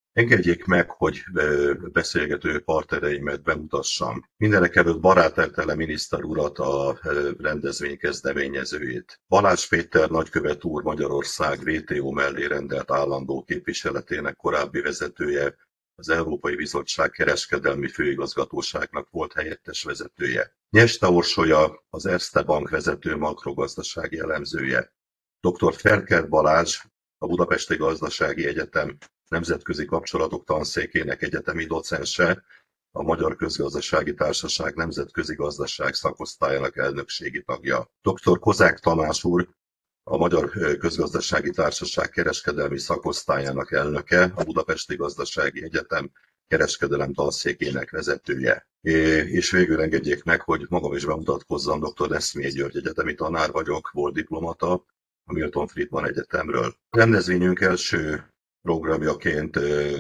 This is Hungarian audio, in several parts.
Engedjék meg, hogy beszélgető partnereimet bemutassam. Mindenekelőtt Barát miniszter urat, a rendezvény kezdeményezőjét. Balázs Péter nagykövet úr, Magyarország WTO mellé rendelt állandó képviseletének korábbi vezetője, az Európai Bizottság kereskedelmi főigazgatóságnak volt helyettes vezetője. Nyeste Orsolya, az Erste Bank vezető makrogazdasági elemzője. Dr. Ferker Balázs, a Budapesti Gazdasági Egyetem Nemzetközi Kapcsolatok Tanszékének egyetemi docense, a Magyar Közgazdasági Társaság Nemzetközi Gazdaság szakosztályának elnökségi tagja. Dr. Kozák Tamás úr, a Magyar Közgazdasági Társaság kereskedelmi szakosztályának elnöke, a Budapesti Gazdasági Egyetem kereskedelem tanszékének vezetője. És végül engedjék meg, hogy magam is bemutatkozzam, dr. Leszmé György egyetemi tanár vagyok, volt diplomata a Milton Friedman Egyetemről. A rendezvényünk első programjaként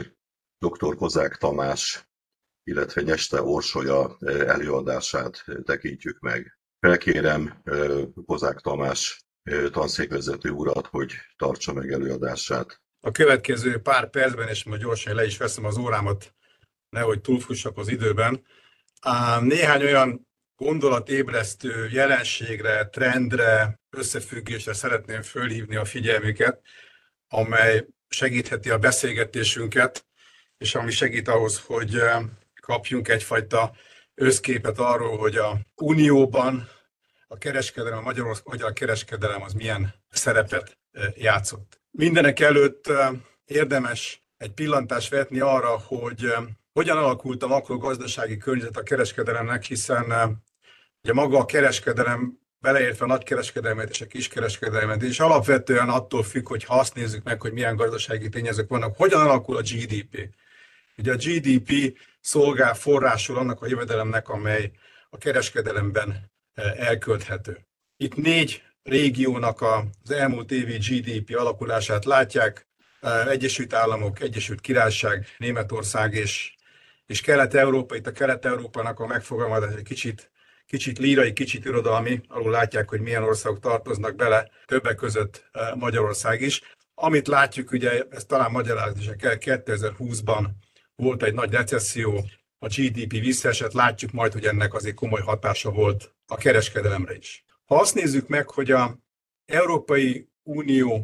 dr. Kozák Tamás, illetve Nyeste Orsolya előadását tekintjük meg. Felkérem Kozák Tamás tanszékvezető urat, hogy tartsa meg előadását. A következő pár percben, és majd gyorsan le is veszem az órámat, nehogy túlfussak az időben, néhány olyan gondolatébresztő jelenségre, trendre, összefüggésre szeretném fölhívni a figyelmüket, amely segítheti a beszélgetésünket, és ami segít ahhoz, hogy kapjunk egyfajta összképet arról, hogy a Unióban a kereskedelem, a magyar kereskedelem az milyen szerepet játszott. Mindenek előtt érdemes egy pillantást vetni arra, hogy hogyan alakult a makrogazdasági környezet a kereskedelemnek, hiszen ugye maga a kereskedelem, beleértve a nagykereskedelmet és a kiskereskedelmet, és alapvetően attól függ, hogy ha azt nézzük meg, hogy milyen gazdasági tényezők vannak, hogyan alakul a GDP. Ugye a GDP szolgál forrásul annak a jövedelemnek, amely a kereskedelemben elkölthető. Itt 4 régiónak az elmúlt évi GDP alakulását látják: Egyesült Államok, Egyesült Királyság, Németország és Kelet-Európa. Itt a Kelet-Európának a megfogalmazás egy kicsit lírai, kicsit irodalmi, alul látják, hogy milyen országok tartoznak bele, többek között Magyarország is. Amit látjuk, ugye ezt talán magyarázni se kell, 2020-ban volt egy nagy recesszió, a GDP visszaesett, látjuk majd, hogy ennek azért komoly hatása volt a kereskedelemre is. Ha azt nézzük meg, hogy az Európai Unió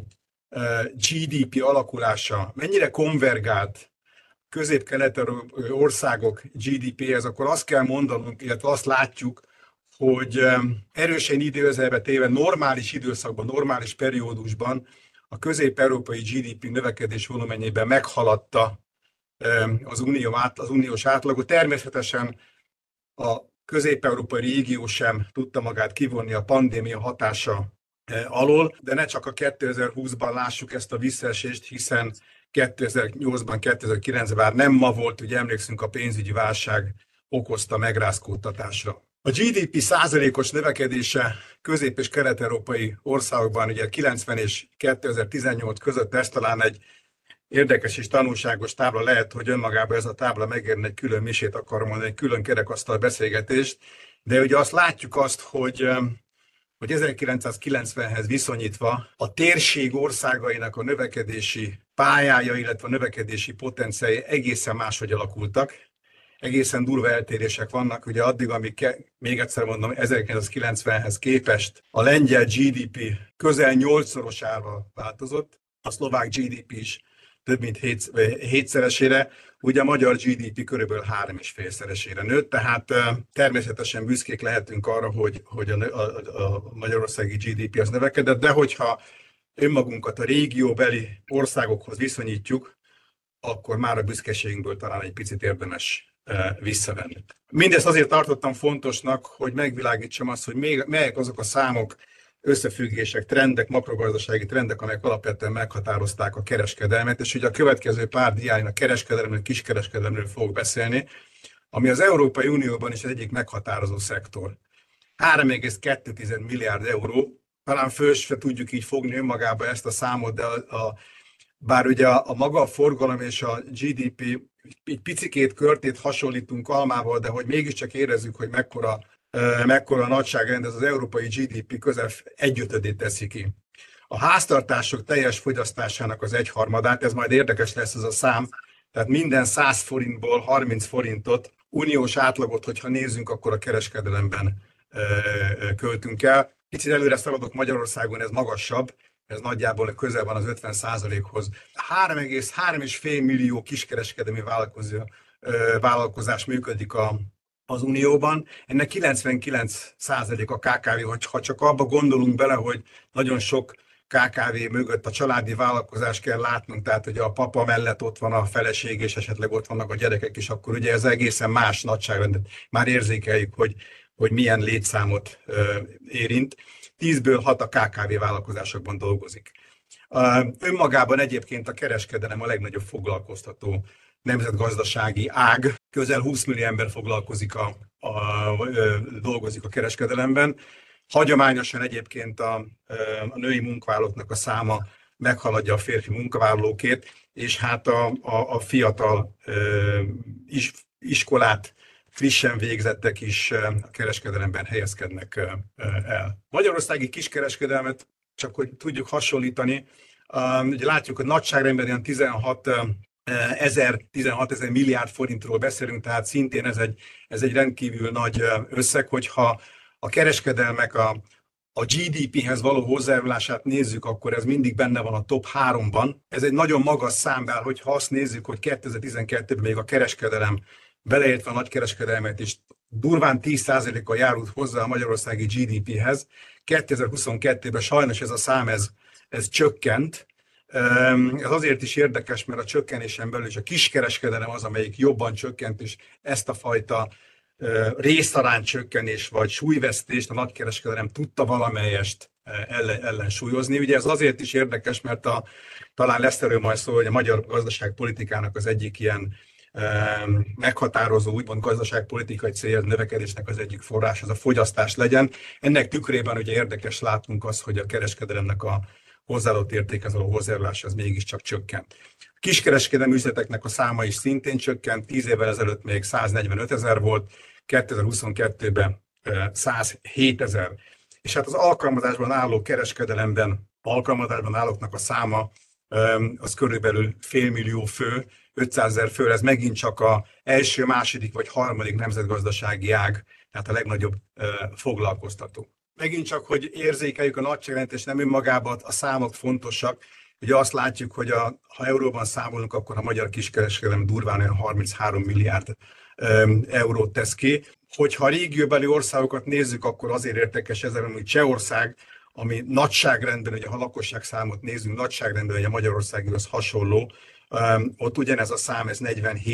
GDP alakulása mennyire konvergált közép-kelet-európai országok GDP-hez, akkor azt kell mondanunk, illetve azt látjuk, hogy erősen idézőjelbe téve normális időszakban, normális periódusban a közép-európai GDP növekedés volumenjében meghaladta az uniós átlagot. Természetesen a közép-európai régió sem tudta magát kivonni a pandémia hatása alól, de ne csak a 2020-ban lássuk ezt a visszaesést, hiszen 2008-ban, 2009-ben már nem ma volt, ugye emlékszünk, a pénzügyi válság okozta megrázkódtatásra. A GDP százalékos növekedése közép- és kelet-európai országokban ugye 90 és 2018 között, ez talán egy érdekes és tanulságos tábla lehet, hogy önmagában ez a tábla megérne egy külön misét, akarom mondani, egy külön kerekasztal beszélgetést, de ugye azt látjuk hogy 1990-hez viszonyítva a térség országainak a növekedési pályája, illetve a növekedési potenciálja egészen máshogy alakultak. Egészen durva eltérések vannak, ugye addig, amíg még egyszer mondom, 1990-hez képest a lengyel GDP közel 8-szorosára változott, a szlovák GDP is több mint 7-szeresére, ugye a magyar GDP körülbelül 3,5-szeresére nőtt, tehát természetesen büszkék lehetünk arra, hogy a magyarországi GDP az növekedett, de hogyha önmagunkat a régióbeli országokhoz viszonyítjuk, akkor már a büszkeségünkből talán egy picit érdemes visszavenni. Mindezt azért tartottam fontosnak, hogy megvilágítsam azt, hogy melyek azok a számok, összefüggések, trendek, makrogazdasági trendek, amelyek alapvetően meghatározták a kereskedelmet, és ugye a következő pár diáin a kereskedelemről, kiskereskedelemről fogok beszélni, ami az Európai Unióban is az egyik meghatározó szektor. 3,2 milliárd euró, talán föl se tudjuk így fogni önmagába ezt a számot, de bár ugye a maga a forgalom és a GDP egy picikét körtét hasonlítunk almával, de hogy mégiscsak érezzük, hogy mekkora nagyságrend, ez az európai GDP közel 1/5-ét teszi ki. A háztartások teljes fogyasztásának az 1/3, ez majd érdekes lesz ez a szám, Tehát minden 100 forintból 30 forintot, uniós átlagot, hogyha nézzünk, akkor a kereskedelemben költünk el. Kicsit előre szaladok, Magyarországon ez magasabb, ez nagyjából közel van az 50%-hoz. 3,5 millió kiskereskedelmi vállalkozás működik az Unióban. Ennek 99% a KKV, ha csak abba gondolunk bele, hogy nagyon sok KKV mögött a családi vállalkozás kell látnunk, tehát hogy a papa mellett ott van a feleség, és esetleg ott vannak a gyerekek is, akkor ugye ez egészen más nagyságrendet. Már érzékeljük, hogy milyen létszámot érint. 10-ből 6 a KKV vállalkozásokban dolgozik. Önmagában egyébként a kereskedelem a legnagyobb foglalkoztató nemzetgazdasági ág. Közel 20 millió ember dolgozik a kereskedelemben. Hagyományosan egyébként a női munkavállalóknak a száma meghaladja a férfi munkavállalókét, és hát a fiatal iskolát frissen végzettek is a kereskedelemben helyezkednek el. Magyarországi kiskereskedelmet csak hogy tudjuk hasonlítani, ugye látjuk, hogy nagyságrendben ilyen 16 ezer milliárd forintról beszélünk, tehát szintén ez egy rendkívül nagy összeg, hogyha a kereskedelmek a GDP-hez való hozzájárulását nézzük, akkor ez mindig benne van a top 3-ban. Ez egy nagyon magas szám, bár hogyha azt nézzük, hogy 2012-ben még a kereskedelem, beleértve a nagykereskedelmet is, durván 10%-kal járult hozzá a magyarországi GDP-hez. 2022-ben sajnos ez a szám ez csökkent. Ez azért is érdekes, mert a csökkenésen belül is a kiskereskedelem az, amelyik jobban csökkent, és ezt a fajta részarány csökkenés vagy súlyvesztést a nagykereskedelem tudta valamelyest ellensúlyozni. Ugye ez azért is érdekes, mert talán lesz erről majd szó, hogy a magyar gazdaságpolitikának az egyik ilyen meghatározó, úgymond gazdaságpolitikai célja, növekedésnek az egyik forrás, az a fogyasztás legyen. Ennek tükrében ugye érdekes látnunk azt, hogy a kereskedelemnek a hozzáadott értékhez való hozzájárulás az mégiscsak csökkent. A kiskereskedelmi üzleteknek a száma is szintén csökkent, 10 évvel ezelőtt még 145 000 volt, 2022-ben 107 000. És hát az alkalmazásban álló kereskedelemben alkalmazásban állóknak a száma az körülbelül félmillió fő, 500 000 fő, ez megint csak az első, második vagy harmadik nemzetgazdasági ág, tehát a legnagyobb foglalkoztató. Megint csak, hogy érzékeljük a nagyságrendet, és nem önmagában a számok fontosak. Ugye azt látjuk, hogy ha euróban számolunk, akkor a magyar kiskereskedelem durván olyan 33 milliárd eurót tesz ki. Hogyha a régióbeli országokat nézzük, akkor azért érdekes ezzel, hogy Csehország, ami nagyságrendben, ugye ha lakosságszámot nézzünk, nagyságrendben ugye a Magyarországhoz hasonló, ott ugyanez a szám, ez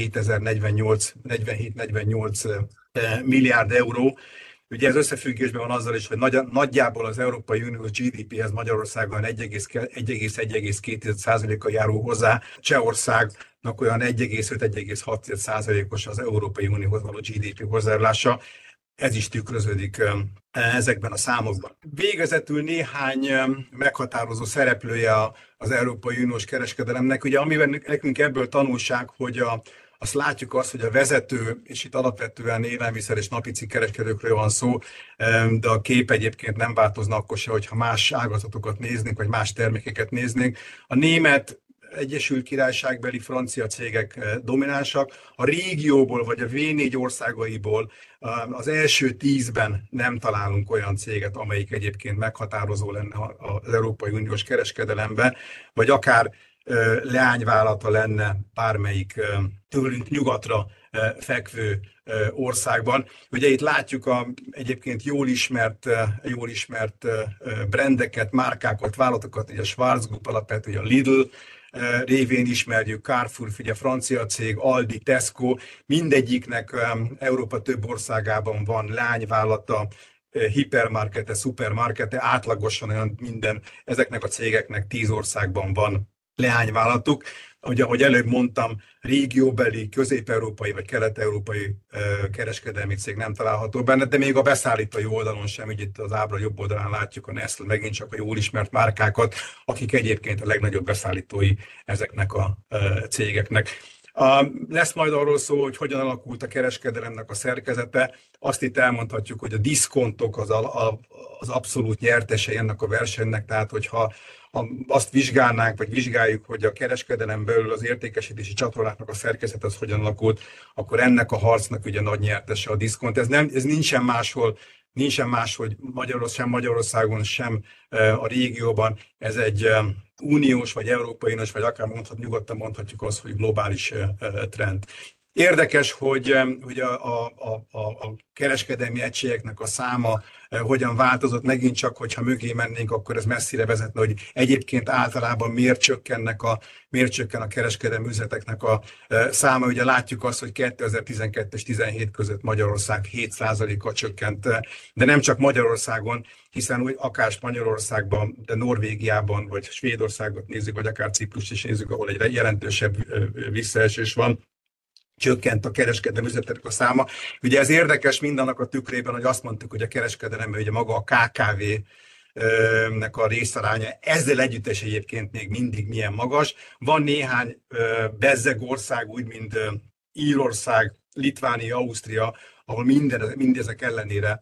47-48 milliárd euró. Ugye ez összefüggésben van azzal is, hogy nagyjából az Európai Uniós GDP-hez Magyarországon 1,1-1,2%-kal járul hozzá, Csehországnak olyan 1,5-1,6%-os az Európai Unióhoz való GDP hozzájárulása. Ez is tükröződik ezekben a számokban. Végezetül néhány meghatározó szereplője az Európai Uniós kereskedelemnek. Ugye amiben nekünk ebből tanulság, hogy azt látjuk hogy a vezető, és itt alapvetően élelmiszer és napicik kereskedőkről van szó, de a kép egyébként nem változna akkor se, hogyha más ágazatokat néznénk, vagy más termékeket néznénk. A német, Egyesült Királyságbeli francia cégek dominánsak. A régióból vagy a V4 országaiból az első 10-ben nem találunk olyan céget, amelyik egyébként meghatározó lenne az Európai Uniós kereskedelemben, vagy akár leányvállalata lenne bármelyik tőlünk nyugatra fekvő országban. Ugye itt látjuk egyébként jól ismert brandeket, márkákat, vállalatokat, ugye a Schwarzgroup alapvetően, a Lidl révén ismerjük, Carrefour, ugye francia cég, Aldi, Tesco, mindegyiknek Európa több országában van leányvállalata, hipermarkete, szupermarkete, átlagosan olyan minden, ezeknek a cégeknek 10 országban van leányvállalatuk. Ugye, ahogy előbb mondtam, régióbeli, közép-európai vagy kelet-európai kereskedelmi cég nem található benne, de még a beszállítói oldalon sem, ugye itt az ábra jobb oldalán látjuk a Nestlé, megint csak a jól ismert márkákat, akik egyébként a legnagyobb beszállítói ezeknek a cégeknek. Lesz majd arról szó, hogy hogyan alakult a kereskedelemnek a szerkezete. Azt itt elmondhatjuk, hogy a diszkontok az abszolút nyertesei ennek a versenynek, tehát hogyha azt vizsgálnánk, vagy vizsgáljuk, hogy a kereskedelem belül az értékesítési csatornáknak a szerkezet az hogyan alakult, akkor ennek a harcnak ugye nagy nyertese a diszkont. Ez nincsen máshol, hogy sem Magyarországon, sem a régióban. Ez egy uniós, vagy európai uniós, vagy akár nyugodtan mondhatjuk azt, hogy globális trend. Érdekes, hogy a kereskedelmi egységeknek a száma hogyan változott, megint csak, hogyha mögé mennénk, akkor ez messzire vezetne, hogy egyébként általában miért csökken a kereskedelmi üzleteknek a száma. Ugye látjuk azt, hogy 2012 és 2017 között Magyarország 7%-kal csökkent, de nem csak Magyarországon, hiszen úgy akár Spanyolországban, de Norvégiában, vagy Svédországot nézzük, vagy akár Ciprust is nézzük, ahol egy jelentősebb visszaesés van, csökkent a kereskedelmi üzletek a száma. Ugye ez érdekes mindannak a tükrében, hogy azt mondtuk, hogy a kereskedelemben ugye maga a KKV-nek a részaránya ezzel együttes egyébként még mindig milyen magas. Van néhány bezzeg ország, úgy mint Írország, Litvánia, Ausztria, ahol mindezek ellenére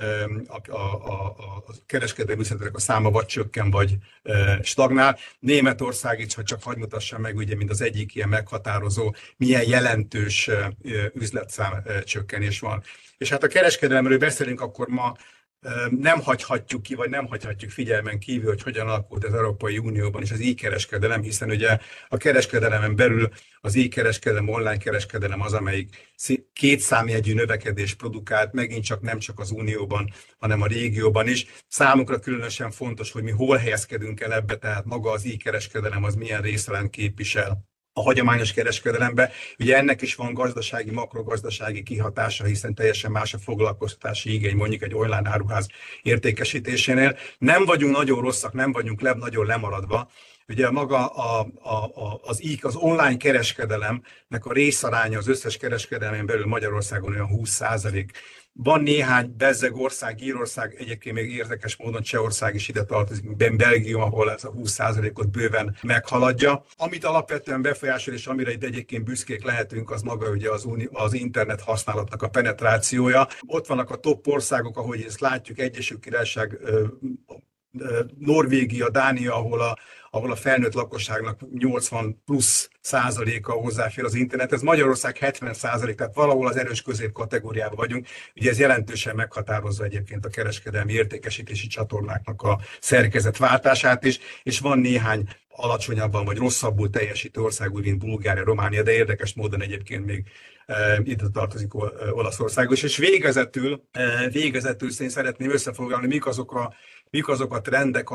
a kereskedelmi üzletek a száma vagy csökken, vagy stagnál. Németország is, hogy csak hadd mutassam meg, ugye, mint az egyik ilyen meghatározó, milyen jelentős üzletszám csökkenés van. És hát a kereskedelemről beszélünk, akkor ma nem hagyhatjuk ki, vagy nem hagyhatjuk figyelmen kívül, hogy hogyan alakult az Európai Unióban is az e-kereskedelem, hiszen ugye a kereskedelemen belül az e-kereskedelem, online kereskedelem az, amelyik kétszámjegyű növekedés produkált, megint csak nem csak az Unióban, hanem a régióban is. Számunkra különösen fontos, hogy mi hol helyezkedünk el ebbe, tehát maga az e-kereskedelem az milyen részarányt képvisel a hagyományos kereskedelembe. Ugye ennek is van gazdasági, makrogazdasági kihatása, hiszen teljesen más a foglalkoztatási igény mondjuk egy online áruház értékesítésénél. Nem vagyunk nagyon rosszak, nem vagyunk nagyon lemaradva. Ugye maga az online kereskedelemnek a részaránya az összes kereskedelmen belül Magyarországon olyan 20%. Van néhány bezzeg ország, Írország, egyébként még érdekes módon Csehország is ide tartozik, Belgium, ahol ez a 20%-ot bőven meghaladja. Amit alapvetően befolyásol, és amire itt egyébként büszkék lehetünk, az maga ugye az internet használatnak a penetrációja. Ott vannak a top országok, ahogy ezt látjuk, Egyesült Királyság, Norvégia, Dánia, ahol a felnőtt lakosságnak 80 plusz százaléka hozzáfér az internethez. Magyarország 70%, tehát valahol az erős közép kategóriában vagyunk. Ugye ez jelentősen meghatározza egyébként a kereskedelmi értékesítési csatornáknak a szerkezetváltását is, és van néhány alacsonyabban vagy rosszabbul teljesítő ország, úgy mint Bulgária, Románia, de érdekes módon egyébként még ide tartozik Olaszország is. És végezetül én szeretném összefoglalni, mik azok a trendek,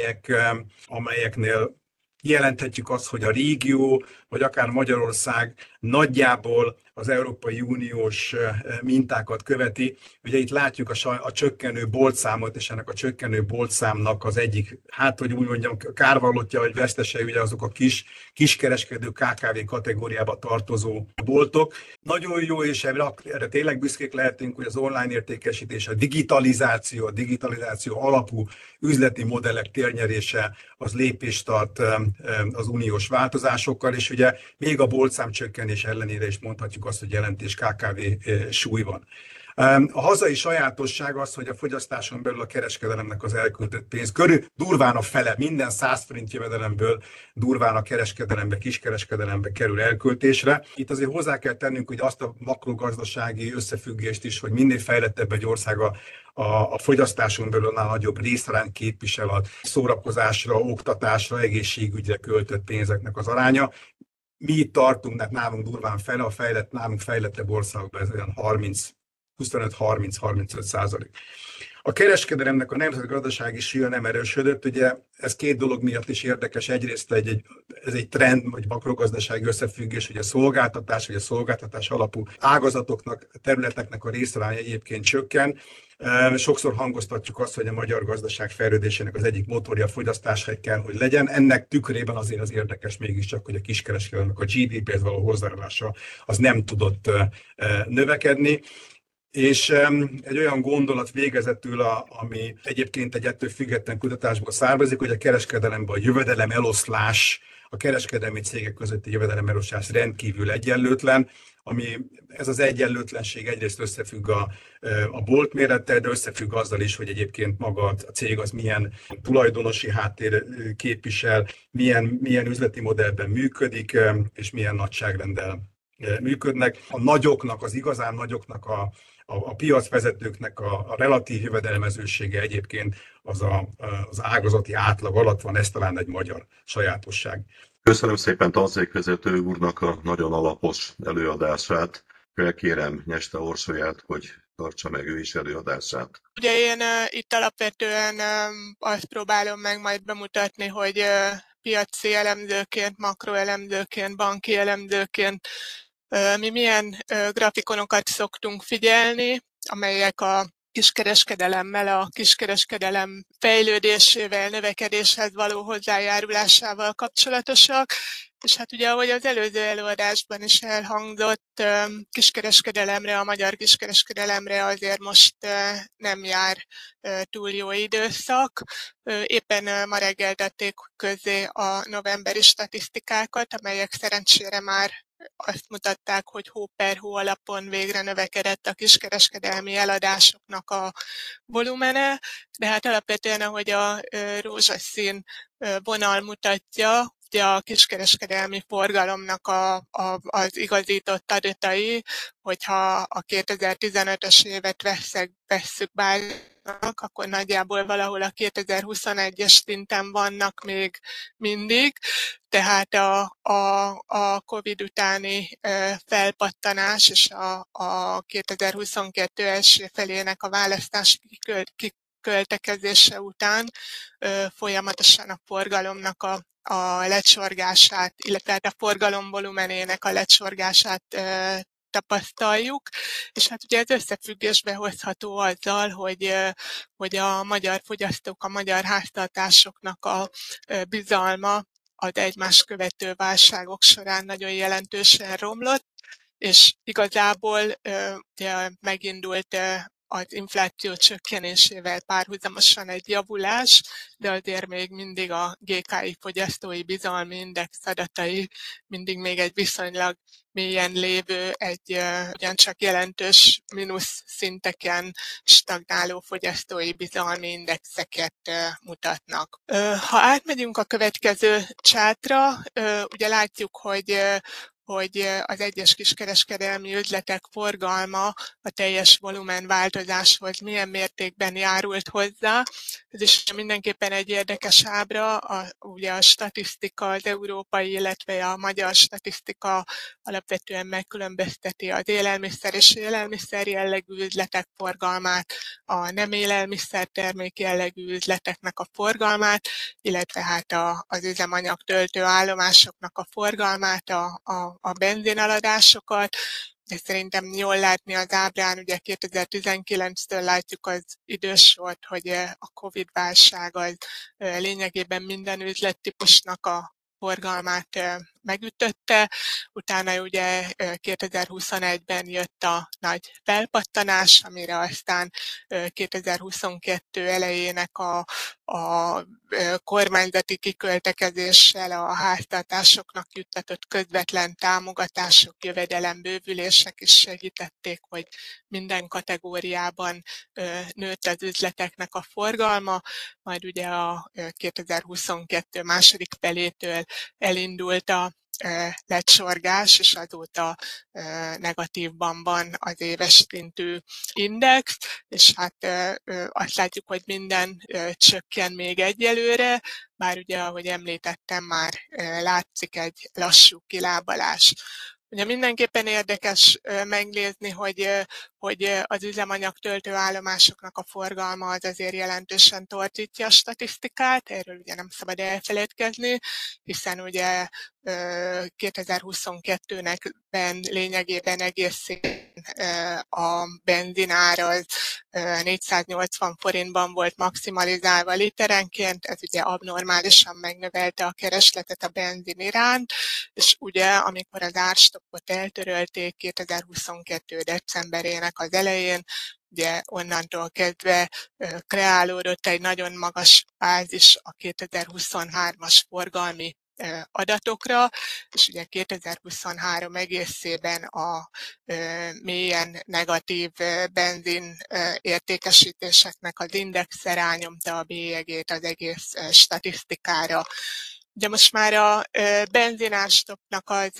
amelyeknél jelenthetjük azt, hogy a régió, vagy akár Magyarország nagyjából az Európai Uniós mintákat követi. Ugye itt látjuk a csökkenő boltszámot, és ennek a csökkenő boltszámnak az egyik, hát hogy úgy mondjam, kárvallottja, vagy vesztesei, ugye azok a kiskereskedő KKV kategóriába tartozó boltok. Nagyon jó, és erre tényleg büszkék lehetünk, hogy az online értékesítés, a digitalizáció alapú üzleti modellek térnyerése az lépést tart az uniós változásokkal, és ugye még a boltszám csökkenés ellenére is mondhatjuk azt, hogy jelentős KKV súly van. A hazai sajátosság az, hogy a fogyasztáson belül a kereskedelemnek az elköltött pénz durván a fele, minden 100 forint jövedelemből durván a kereskedelembe, kiskereskedelembe kerül elköltésre. Itt azért hozzá kell tennünk, hogy azt a makrogazdasági összefüggést is, hogy minél fejlettebb egy ország a fogyasztáson belül annál nagyobb részarányt képvisel a szórakozásra, oktatásra, egészségügyre költött pénzeknek az aránya. Mi itt tartunk, mert nálunk durván fele, nálunk fejlettebb országokban ez olyan 25-30-35%. A kereskedelemnek a nemzeti gazdasági súlya nem erősödött, ugye ez két dolog miatt is érdekes. Egyrészt ez egy trend, vagy makrogazdasági összefüggés, hogy a szolgáltatás alapú ágazatoknak, területeknek a részaránya egyébként csökken. Sokszor hangoztatjuk azt, hogy a magyar gazdaság fejlődésének az egyik motorja a fogyasztás kell, hogy legyen. Ennek tükrében azért az érdekes mégiscsak, hogy a kiskereskedelemnek a GDP-hez való hozzájárulása az nem tudott növekedni. És egy olyan gondolat végezetül, ami egyébként egy ettől független kutatásból származik, hogy a kereskedelemben a jövedelem eloszlás a kereskedelmi cégek közötti jövedelemelosztás rendkívül egyenlőtlen, ez az egyenlőtlenség egyrészt összefügg a bolt mérettel, de összefügg azzal is, hogy egyébként maga a cég az milyen tulajdonosi háttér képvisel, milyen üzleti modellben működik, és milyen nagyságrenddel működnek. A nagyoknak, az igazán nagyoknak, a piacvezetőknek a relatív jövedelmezősége egyébként az ágazati átlag alatt van, ez talán egy magyar sajátosság. Köszönöm szépen tanszékvezető úrnak a nagyon alapos előadását. Felkérem Nyeste Orsolyát, hogy tartsa meg ő is előadását. Ugye én itt alapvetően azt próbálom meg majd bemutatni, hogy piaci elemzőként, makroelemzőként, banki elemzőként mi milyen grafikonokat szoktunk figyelni, amelyek a kiskereskedelemmel, a kiskereskedelem fejlődésével, növekedéshez való hozzájárulásával kapcsolatosak. És hát ugye, ahogy az előző előadásban is elhangzott, kiskereskedelemre, a magyar kiskereskedelemre azért most nem jár túl jó időszak. Éppen ma reggel tették közzé a novemberi statisztikákat, amelyek szerencsére már azt mutatták, hogy hó per hó alapon végre növekedett a kiskereskedelmi eladásoknak a volumene, de hát alapvetően, ahogy a rózsaszín vonal mutatja, ugye a kiskereskedelmi forgalomnak az igazított adatai, hogyha a 2015-ös évet vesszük bázisnak, akkor nagyjából valahol a 2021-es szinten vannak még mindig, tehát a Covid utáni felpattanás és a 2022 első felének a választási kiköltekezése után folyamatosan a forgalomnak a lecsorgását, illetve a forgalom volumenének a lecsorgását tapasztaljuk, és hát ugye ez összefüggésbe hozható azzal, hogy a magyar fogyasztók, a magyar háztartásoknak a bizalma az egymást követő válságok során nagyon jelentősen romlott, és igazából ugye megindult az infláció csökkenésével párhuzamosan egy javulás, de azért még mindig a GKI fogyasztói bizalmi index adatai mindig még egy viszonylag mélyen lévő, egy ugyancsak jelentős mínusz szinteken stagnáló fogyasztói bizalmi indexeket mutatnak. Ha átmegyünk a következő csátra, ugye látjuk, hogy az egyes kiskereskedelmi üzletek forgalma a teljes volumen változáshoz milyen mértékben járult hozzá. Ez is mindenképpen egy érdekes ábra, ugye a statisztika, az európai, illetve a magyar statisztika alapvetően megkülönbözteti az élelmiszer és élelmiszer jellegű üzletek forgalmát, a nem élelmiszer termék jellegű üzleteknek a forgalmát, illetve hát az üzemanyag töltő állomásoknak a forgalmát, a benzineladásokat, de szerintem jól látni az ábrán, ugye 2019-től látjuk az idősort, hogy a Covid-válság az lényegében minden üzlettípusnak a forgalmát megütötte, utána ugye 2021-ben jött a nagy felpattanás, amire aztán 2022 elejének a kormányzati kiköltekezéssel a háztartásoknak juttatott közvetlen támogatások, jövedelembővülések is segítették, hogy minden kategóriában nőtt az üzleteknek a forgalma, majd ugye a 2022 második felétől elindult a lecsorgás, és azóta negatívban van az éves szintű index, és hát azt látjuk, hogy minden csökken még egyelőre, bár ugye, ahogy említettem, már látszik egy lassú kilábalás. Ugye mindenképpen érdekes megnézni, hogy az üzemanyag töltőállomásoknak a forgalma az azért jelentősen torzítja a statisztikát, erről ugye nem szabad elfeledkezni, hiszen ugye 2022-nek lényegében egészén a benzinár az 480 forintban volt maximalizálva literenként, ez ugye abnormálisan megnövelte a keresletet a benzin iránt, és ugye amikor az árstoppot eltörölték 2022. decemberének az elején, ugye onnantól kezdve kreálódott egy nagyon magas bázis a 2023-as forgalmi adatokra, és ugye 2023 egészében a mélyen negatív benzin értékesítéseknek az index rányomta a bélyegét az egész statisztikára. Ugye most már a benzinárstopnak az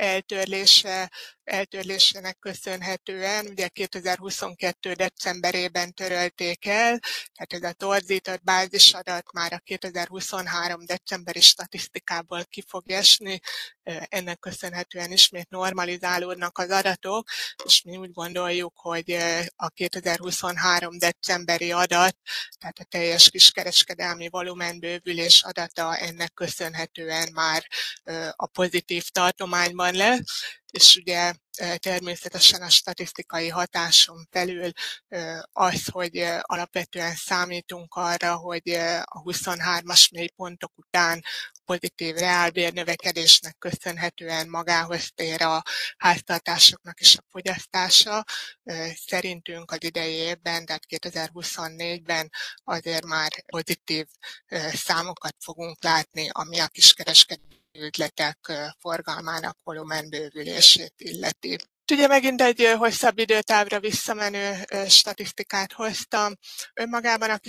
eltörlésének köszönhetően, ugye 2022. decemberében törölték el, tehát ez a torzított bázisadat már a 2023. decemberi statisztikából ki fog esni, ennek köszönhetően ismét normalizálódnak az adatok, és mi úgy gondoljuk, hogy a 2023. decemberi adat, tehát a teljes kiskereskedelmi volumenbővülés adata ennek köszönhetően már a pozitív tartományban lesz, és ugye természetesen a statisztikai hatáson felül az, hogy alapvetően számítunk arra, hogy a 23-as mélypontok után pozitív reálbérnövekedésnek köszönhetően magához tér a háztartásoknak is a fogyasztása. Szerintünk az idei évben, tehát 2024-ben azért már pozitív számokat fogunk látni, ami a kiskereskedelmi üzletek forgalmának volumenbővülését illeti. Ugye megint egy hosszabb időtávra visszamenő statisztikát hoztam. Önmagában a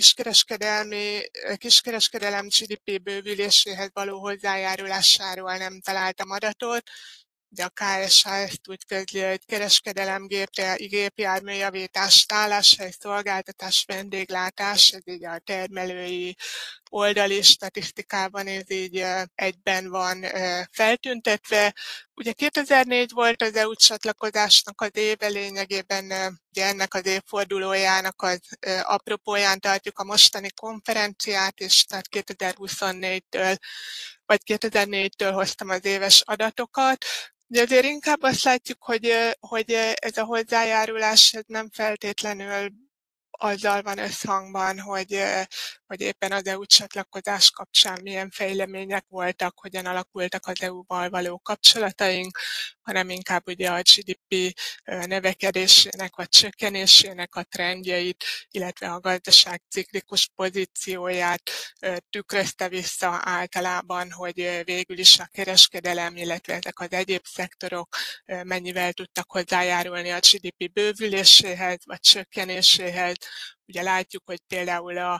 kiskereskedelem GDP bővüléséhez való hozzájárulásáról nem találtam adatot, de a KSH ezt úgy közli, hogy kereskedelem, gépjárműjavítás, álláshely, szolgáltatás, vendéglátás, ez így a termelői oldali statisztikában ez így egyben van feltüntetve. Ugye 2004 volt az EU csatlakozásnak az éve, lényegében ugye ennek az évfordulójának az apropóján tartjuk a mostani konferenciát, és tehát 2024-től vagy 2004-től hoztam az éves adatokat. De azért inkább azt látjuk, hogy ez a hozzájárulás ez nem feltétlenül azzal van összhangban, hogy éppen az EU csatlakozás kapcsán milyen fejlemények voltak, hogyan alakultak az EU-val való kapcsolataink, hanem inkább ugye a GDP növekedésének vagy csökkenésének a trendjeit, illetve a gazdaság ciklikus pozícióját tükrözte vissza általában, hogy végül is a kereskedelem, illetve ezek az egyéb szektorok mennyivel tudtak hozzájárulni a GDP bővüléséhez vagy csökkenéséhez. Ugye látjuk, hogy például a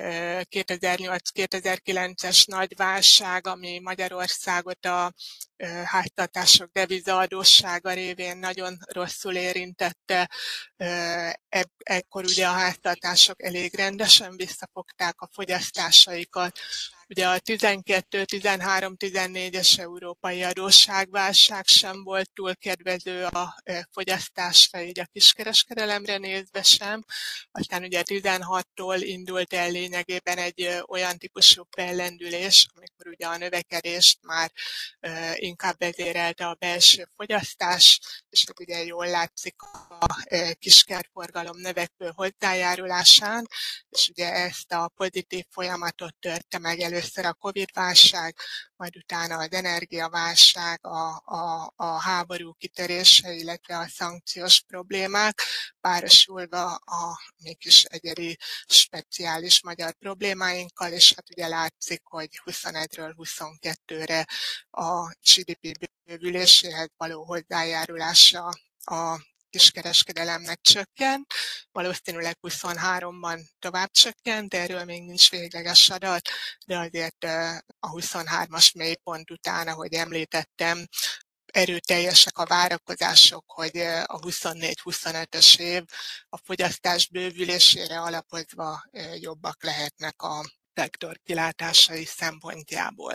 2008-2009-es nagy válság, ami Magyarországot a háztartások devizaadóssága révén nagyon rosszul érintette, ekkor ugye a háztartások elég rendesen visszafogták a fogyasztásaikat. Ugye a 12-13-14-es európai adósságválság sem volt túl kedvező a fogyasztásra, így a kiskereskedelemre nézve sem. Aztán ugye 16-tól indult el lényegében egy olyan típusú fellendülés, amikor ugye a növekedést már inkább vezérelte a belső fogyasztás, és ugye jól látszik a kiskertforgalom növekvő hozzájárulásán, és ugye ezt a pozitív folyamatot törte meg először a Covid-válság, majd utána az energiaválság, a háború kitörése, illetve a szankciós problémák, párosulva a mégis egyedi speciális magyar problémáinkkal, és hát ugye látszik, hogy 21-ről 22-re a GDP bővüléséhez való hozzájárulása a kiskereskedelemnek csökkent, valószínűleg 23-ban tovább csökkent, de erről még nincs végleges adat, de azért a 23-as mélypont után, ahogy említettem, erőteljesek a várakozások, hogy a 24-25-ös év a fogyasztás bővülésére alapozva jobbak lehetnek a szektor kilátásai szempontjából.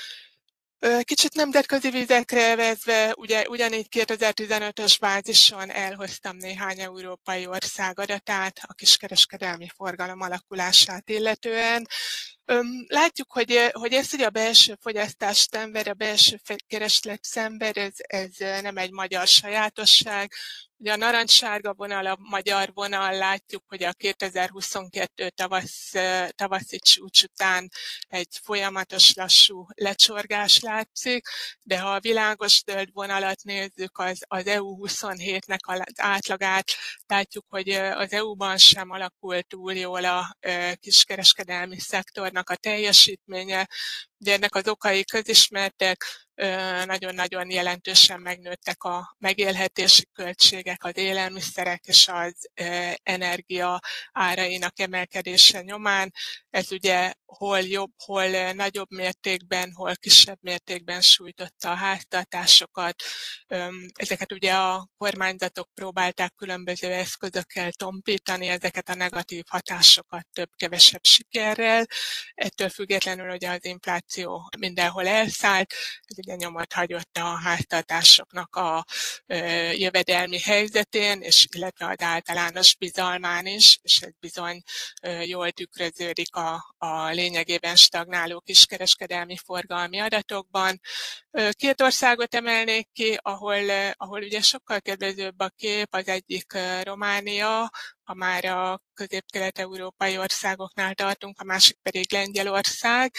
Kicsit nemzetközi vizekre vezve, ugyanígy 2015-ös bázison elhoztam néhány európai ország adatát a kiskereskedelmi forgalom alakulását illetően. Látjuk, hogy ez, hogy a belső fogyasztás szenved, a belső kereslet szenved, ez nem egy magyar sajátosság. Ugye a narancssárga vonal, a magyar vonal, látjuk, hogy a 2022 tavaszi csúcs után egy folyamatos lassú lecsorgás látszik, de ha a világos zöld vonalat nézzük, az EU27-nek az átlagát, látjuk, hogy az EU-ban sem alakult túl jól a kiskereskedelmi szektornak a teljesítménye. Ugye ennek az okai közismertek, nagyon-nagyon jelentősen megnőttek a megélhetési költségek, az élelmiszerek és az energia árainak emelkedése nyomán. Ez ugye hol jobb, hol nagyobb mértékben, hol kisebb mértékben sújtotta a háztartásokat. Ezeket ugye a kormányzatok próbálták különböző eszközökkel tompítani, ezeket a negatív hatásokat több-kevesebb sikerrel. Ettől függetlenül ugye az infláció mindenhol elszállt, ez ugye nyomot hagyott a háztartásoknak a jövedelmi helyzetén, és illetve az általános bizalmán is, és ez bizony jól tükröződik a lényegében stagnáló kiskereskedelmi forgalmi adatokban. Két országot emelnék ki, ahol ugye sokkal kedvezőbb a kép, az egyik Románia, ha már a közép-kelet-európai országoknál tartunk, a másik pedig Lengyelország.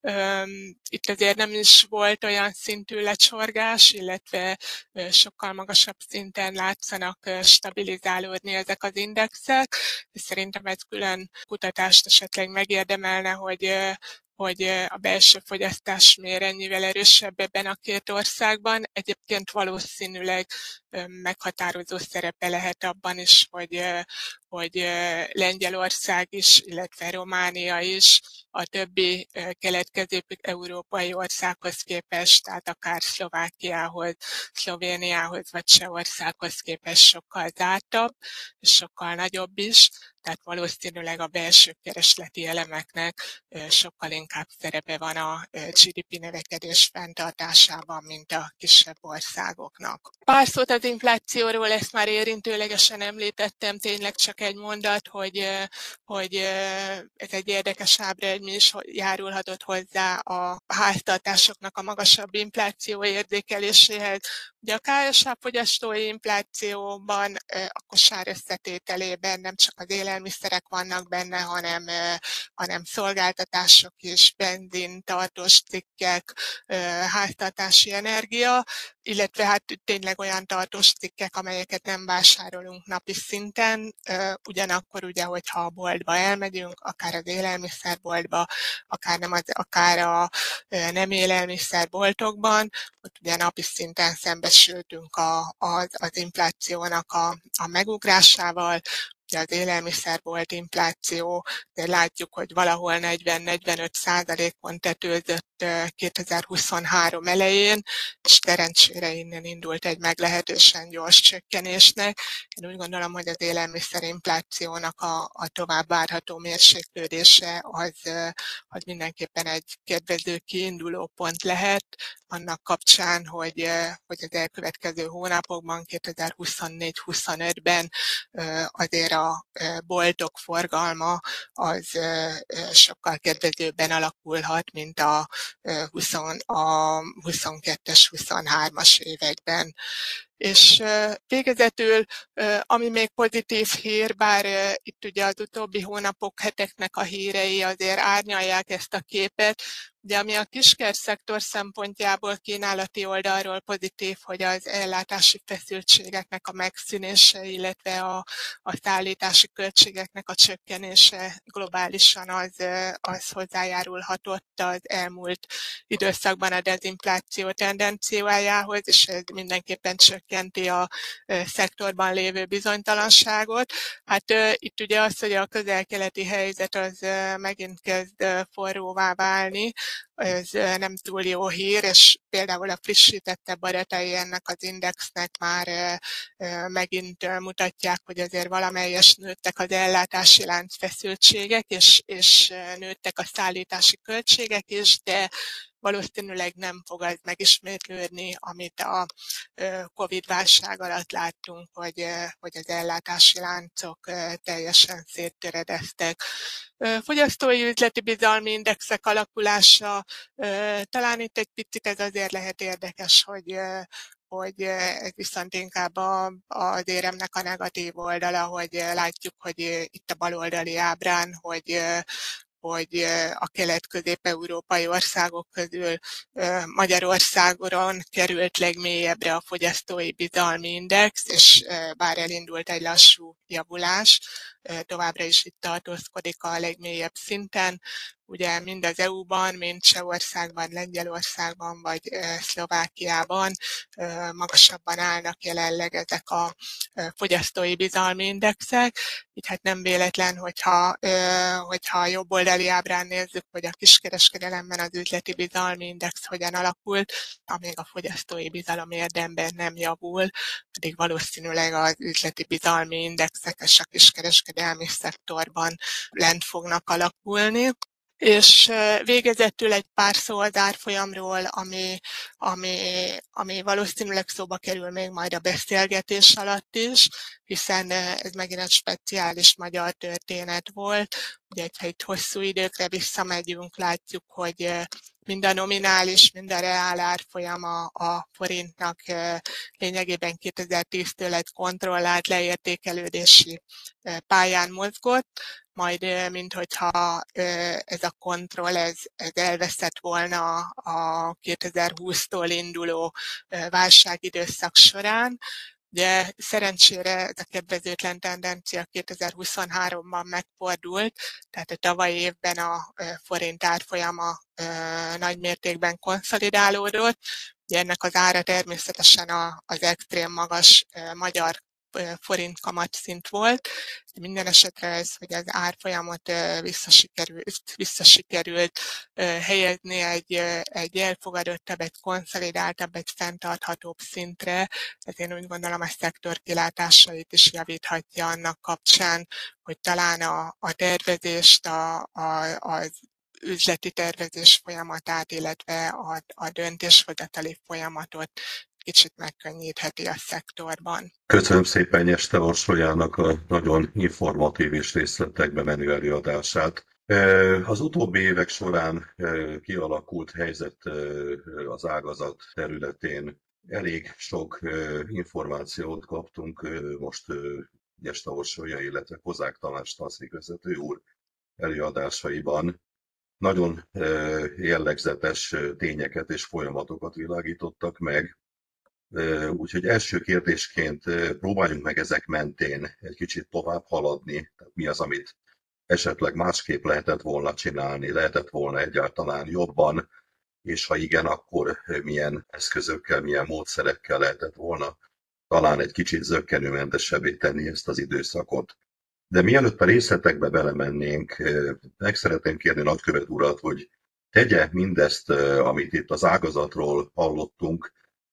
Itt azért nem is volt olyan szintű lecsorgás, illetve sokkal magasabb szinten látszanak stabilizálódni ezek az indexek. Szerintem ez külön kutatást esetleg megérdemelne, hogy a belső fogyasztás miért ennyivel erősebb ebben a két országban. Egyébként valószínűleg meghatározó szerepe lehet abban is, hogy Lengyelország is, illetve Románia is a többi kelet-közép-európai országhoz képest, tehát akár Szlovákiához, Szlovéniához vagy Csehországhoz képest sokkal zártabb, és sokkal nagyobb is. Tehát valószínűleg a belső keresleti elemeknek sokkal inkább szerepe van a GDP növekedés fenntartásában, mint a kisebb országoknak. Pár szót az inflációról, ezt már érintőlegesen említettem, tényleg csak egy mondat, hogy ez egy érdekes ábra, is járulhatott hozzá a háztartásoknak a magasabb infláció érzékeléséhez. Ugye a KSH fogyasztói inflációban a kosár összetételében nem csak az élelmiszerek vannak benne, hanem szolgáltatások is, benzin, tartós cikkek, háztartási energia, illetve hát tényleg olyan tartós cikkek, amelyeket nem vásárolunk napi szinten, ugyanakkor ugye, hogyha a boltba elmegyünk, akár az élelmiszerboltba, akár a nem élelmiszerboltokban, ott ugye napi szinten szembesültünk az inflációnak a megugrásával. Ugye az élelmiszerbolt infláció, de látjuk, hogy valahol 40-45%-on tetőzött 2023 elején, és szerencsére innen indult egy meglehetősen gyors csökkenésnek. Én úgy gondolom, hogy az élelmiszerinflációnak a tovább várható mérséklődése az mindenképpen egy kedvező kiinduló pont lehet, annak kapcsán, hogy az elkövetkező hónapokban, 2024-25-ben azért a boltok forgalma az sokkal kedvezőbben alakulhat, mint a 22-es, 23-as években. És végezetül, ami még pozitív hír, bár itt ugye az utóbbi hónapok, heteknek a hírei azért árnyalják ezt a képet, de ami a kiskerszektor szempontjából kínálati oldalról pozitív, hogy az ellátási feszültségeknek a megszűnése, illetve a szállítási költségeknek a csökkenése globálisan az hozzájárulhatott az elmúlt időszakban a dezinfláció tendenciájához, és ez mindenképpen csökkenti a szektorban lévő bizonytalanságot. Hát itt ugye az, hogy a közel-keleti helyzet az megint kezd forróvá válni, ez nem túl jó hír, és például a frissítettebb adatai ennek az indexnek már megint mutatják, hogy azért valamelyes nőttek az ellátási lánc feszültségek, és nőttek a szállítási költségek is, de valószínűleg nem fog az megismétlődni, amit a Covid-válság alatt láttunk, hogy az ellátási láncok teljesen széttöredeztek. Fogyasztói üzleti bizalmi indexek alakulása, talán itt egy picit ez azért lehet érdekes, hogy ez viszont inkább az éremnek a negatív oldala, hogy látjuk, hogy itt a baloldali ábrán, hogy a kelet-közép-európai országok közül Magyarországon került legmélyebbre a fogyasztói bizalmi index, és bár elindult egy lassú javulás, továbbra is itt tartózkodik a legmélyebb szinten. ugye mind az EU-ban, mind Csehországban, Lengyelországban vagy Szlovákiában magasabban állnak jelenleg ezek a fogyasztói bizalmi indexek. Így hát nem véletlen, hogyha a jobboldali ábrán nézzük, hogy a kiskereskedelemben az üzleti bizalmi index hogyan alakult, amíg a fogyasztói bizalom érdemben nem javul, pedig valószínűleg az üzleti bizalmi indexek és a kiskereskedelmi szektorban lent fognak alakulni. És végezetül egy pár szó az árfolyamról, ami valószínűleg szóba kerül még majd a beszélgetés alatt is, hiszen ez megint egy speciális magyar történet volt. Ugye, ha itt hosszú időkre visszamegyünk, látjuk, hogy mind a nominális, mind a reál árfolyama a forintnak lényegében 2010-től egy kontrollált leértékelődési pályán mozgott, majd minthogyha ez a kontroll ez elveszett volna a 2020-tól induló válságidőszak során. De szerencsére ez a kedvezőtlen tendencia 2023-ban megfordult, tehát a tavalyi évben a forint árfolyama nagy mértékben konszolidálódott. Ugye ennek az ára természetesen az extrém magas magyar forint kamatszint volt. Minden esetre ez, hogy az árfolyamot visszasikerült helyezni egy elfogadottabb, egy konszolidáltabb, egy fenntarthatóbb szintre. Ez én úgy gondolom a szektor kilátásait is javíthatja annak kapcsán, hogy talán a tervezést, az üzleti tervezés folyamatát, illetve a döntéshozatali folyamatot kicsit megkönnyítheti a szektorban. Köszönöm szépen Nyeste Orsolyának a nagyon informatív és részletekbe menő előadását. Az utóbbi évek során kialakult helyzet az ágazat területén elég sok információt kaptunk most Nyeste Orsolya, illetve Kozák Tamás tanszékvezető úr előadásaiban. Nagyon jellegzetes tényeket és folyamatokat világítottak meg. Úgyhogy első kérdésként próbáljunk meg ezek mentén egy kicsit tovább haladni. Tehát mi az, amit esetleg másképp lehetett volna csinálni, lehetett volna egyáltalán jobban, és ha igen, akkor milyen eszközökkel, milyen módszerekkel lehetett volna talán egy kicsit zökkenőmentesebbé tenni ezt az időszakot. De mielőtt a részletekbe belemennénk, meg szeretném kérni nagykövet urat, hogy tegye mindezt, amit itt az ágazatról hallottunk,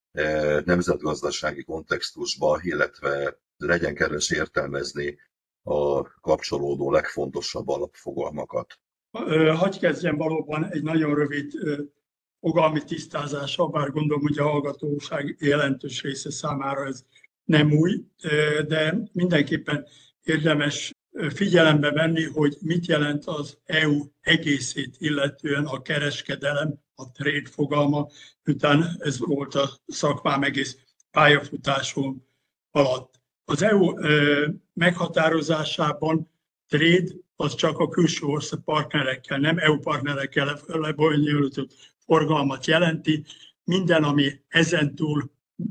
nemzetgazdasági kontextusba, illetve legyen kedves értelmezni a kapcsolódó legfontosabb alapfogalmakat. Hadd kezdjem valóban egy nagyon rövid fogalmi tisztázással, bár gondolom, hogy a hallgatóság jelentős része számára ez nem új, de mindenképpen érdemes figyelembe venni, hogy mit jelent az EU egészét illetően a kereskedelem, a trade fogalma, után ez volt a szakmám egész pályafutásom alatt. Az EU meghatározásában trade az csak a külső ország partnerekkel, nem EU partnerekkel lebonyolított forgalmat jelenti. Minden, ami ezentúl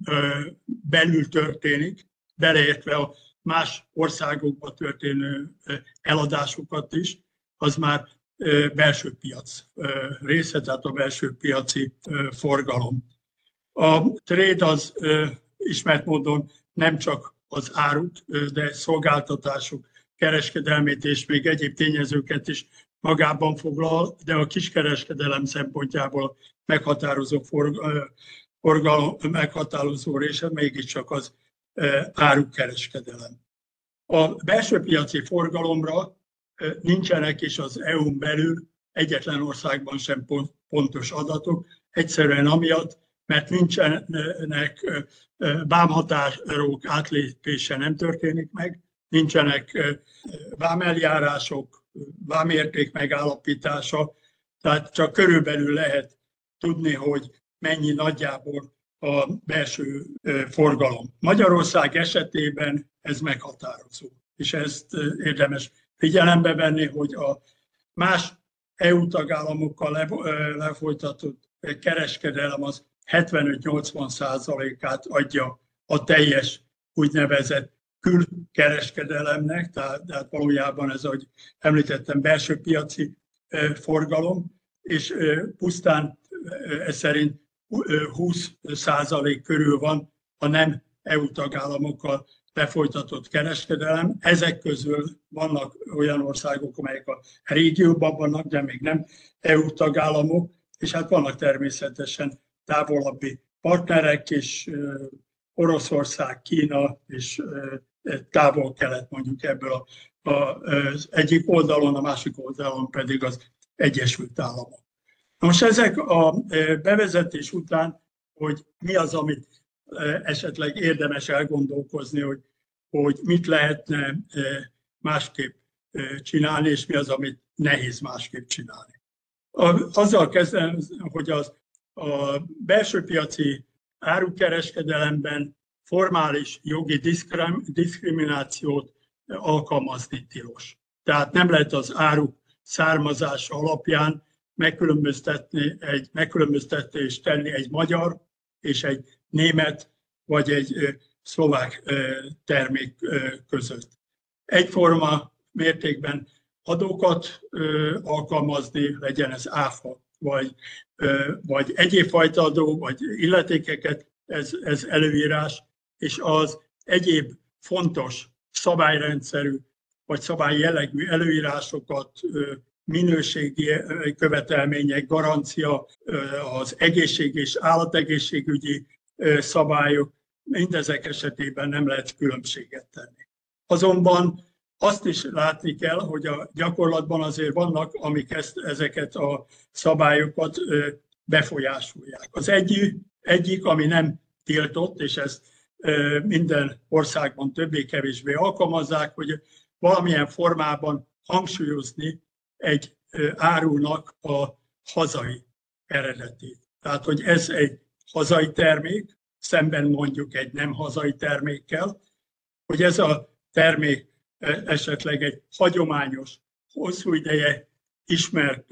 belül történik, beleértve a más országokba történő eladásokat is, az már belső piac része, tehát a belső piaci forgalom. A trade az ismert módon nem csak az árut, de szolgáltatások kereskedelmét és még egyéb tényezőket is magában foglal, de a kiskereskedelem szempontjából meghatározó része mégiscsak az árukereskedelem. A belső piaci forgalomra nincsenek is az EU-n belül egyetlen országban sem pontos adatok, egyszerűen amiatt, mert nincsenek vámhatárok átlépése nem történik meg, nincsenek vámeljárások, vámérték megállapítása, tehát csak körülbelül lehet tudni, hogy mennyi nagyjából a belső forgalom. Magyarország esetében ez meghatározó, és ezt érdemes figyelembe venni, hogy a más EU tagállamokkal lefolytatott kereskedelem az 75-80%-át adja a teljes úgynevezett külkereskedelemnek, tehát valójában ez, ahogy említettem, belső piaci forgalom, és pusztán ez szerint 20% körül van a nem EU tagállamokkal lefolytatott kereskedelem. Ezek közül vannak olyan országok, amelyek a régióban vannak, de még nem EU tagállamok, és hát vannak természetesen távolabbi partnerek, és Oroszország, Kína és Távol-Kelet mondjuk ebből az egyik oldalon, a másik oldalon pedig az Egyesült Államok. Most ezek a bevezetés után, hogy mi az, amit esetleg érdemes elgondolkozni, hogy mit lehetne másképp csinálni, és mi az, amit nehéz másképp csinálni. Azzal kezdem, hogy a belső piaci árukereskedelemben formális jogi diszkriminációt alkalmazni tilos. Tehát nem lehet az áruk származása alapján megkülönböztetést tenni egy magyar és egy német vagy egy szlovák termék között. Egyforma mértékben adókat alkalmazni, legyen ez áfa, vagy egyéb fajta adó, vagy illetékeket, ez előírás, és az egyéb fontos szabályrendszerű, vagy szabályjellegű előírásokat, minőségi követelmények, garancia, az egészség és állategészségügyi szabályok, mindezek esetében nem lehet különbséget tenni. Azonban azt is látni kell, hogy a gyakorlatban azért vannak, amik ezeket a szabályokat befolyásolják. Az egyik, ami nem tiltott, és ezt minden országban többé-kevésbé alkalmazzák, hogy valamilyen formában hangsúlyozni egy árunak a hazai eredetét. Tehát, hogy ez egy hazai termék, szemben mondjuk egy nem hazai termékkel, hogy ez a termék esetleg egy hagyományos, hosszú ideje ismert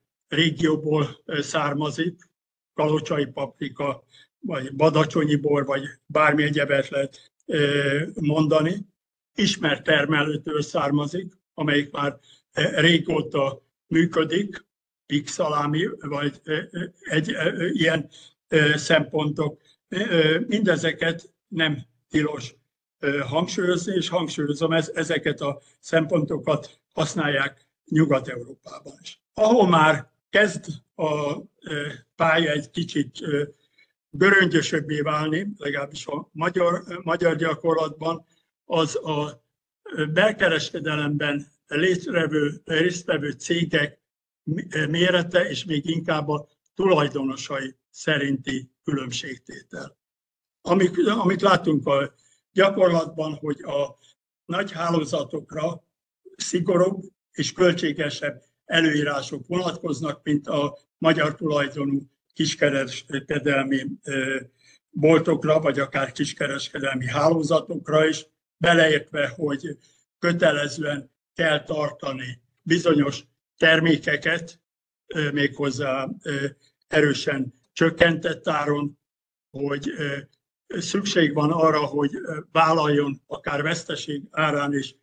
régióból származik, kalocsai paprika, vagy badacsonyi bor, vagy bármi egyebet lehet mondani, ismert termelőtől származik, amelyik már régóta működik, X-szalámi, vagy ilyen szempontok. Mindezeket nem tilos hangsúlyozni, és hangsúlyozom, ezeket a szempontokat használják Nyugat-Európában is. Ahol már kezd a pálya egy kicsit göröngyösöbbé válni, legalábbis a magyar gyakorlatban, az a belkereskedelemben résztvevő cégek mérete, és még inkább a tulajdonosai szerinti különbségtétel. Amit látunk a gyakorlatban, hogy a nagy hálózatokra szigorúbb és költségesebb előírások vonatkoznak, mint a magyar tulajdonú kiskereskedelmi boltokra, vagy akár kiskereskedelmi hálózatokra is, beleértve, hogy kötelezően kell tartani bizonyos termékeket, méghozzá erősen csökkentett áron, hogy szükség van arra, hogy vállaljon akár veszteség árán is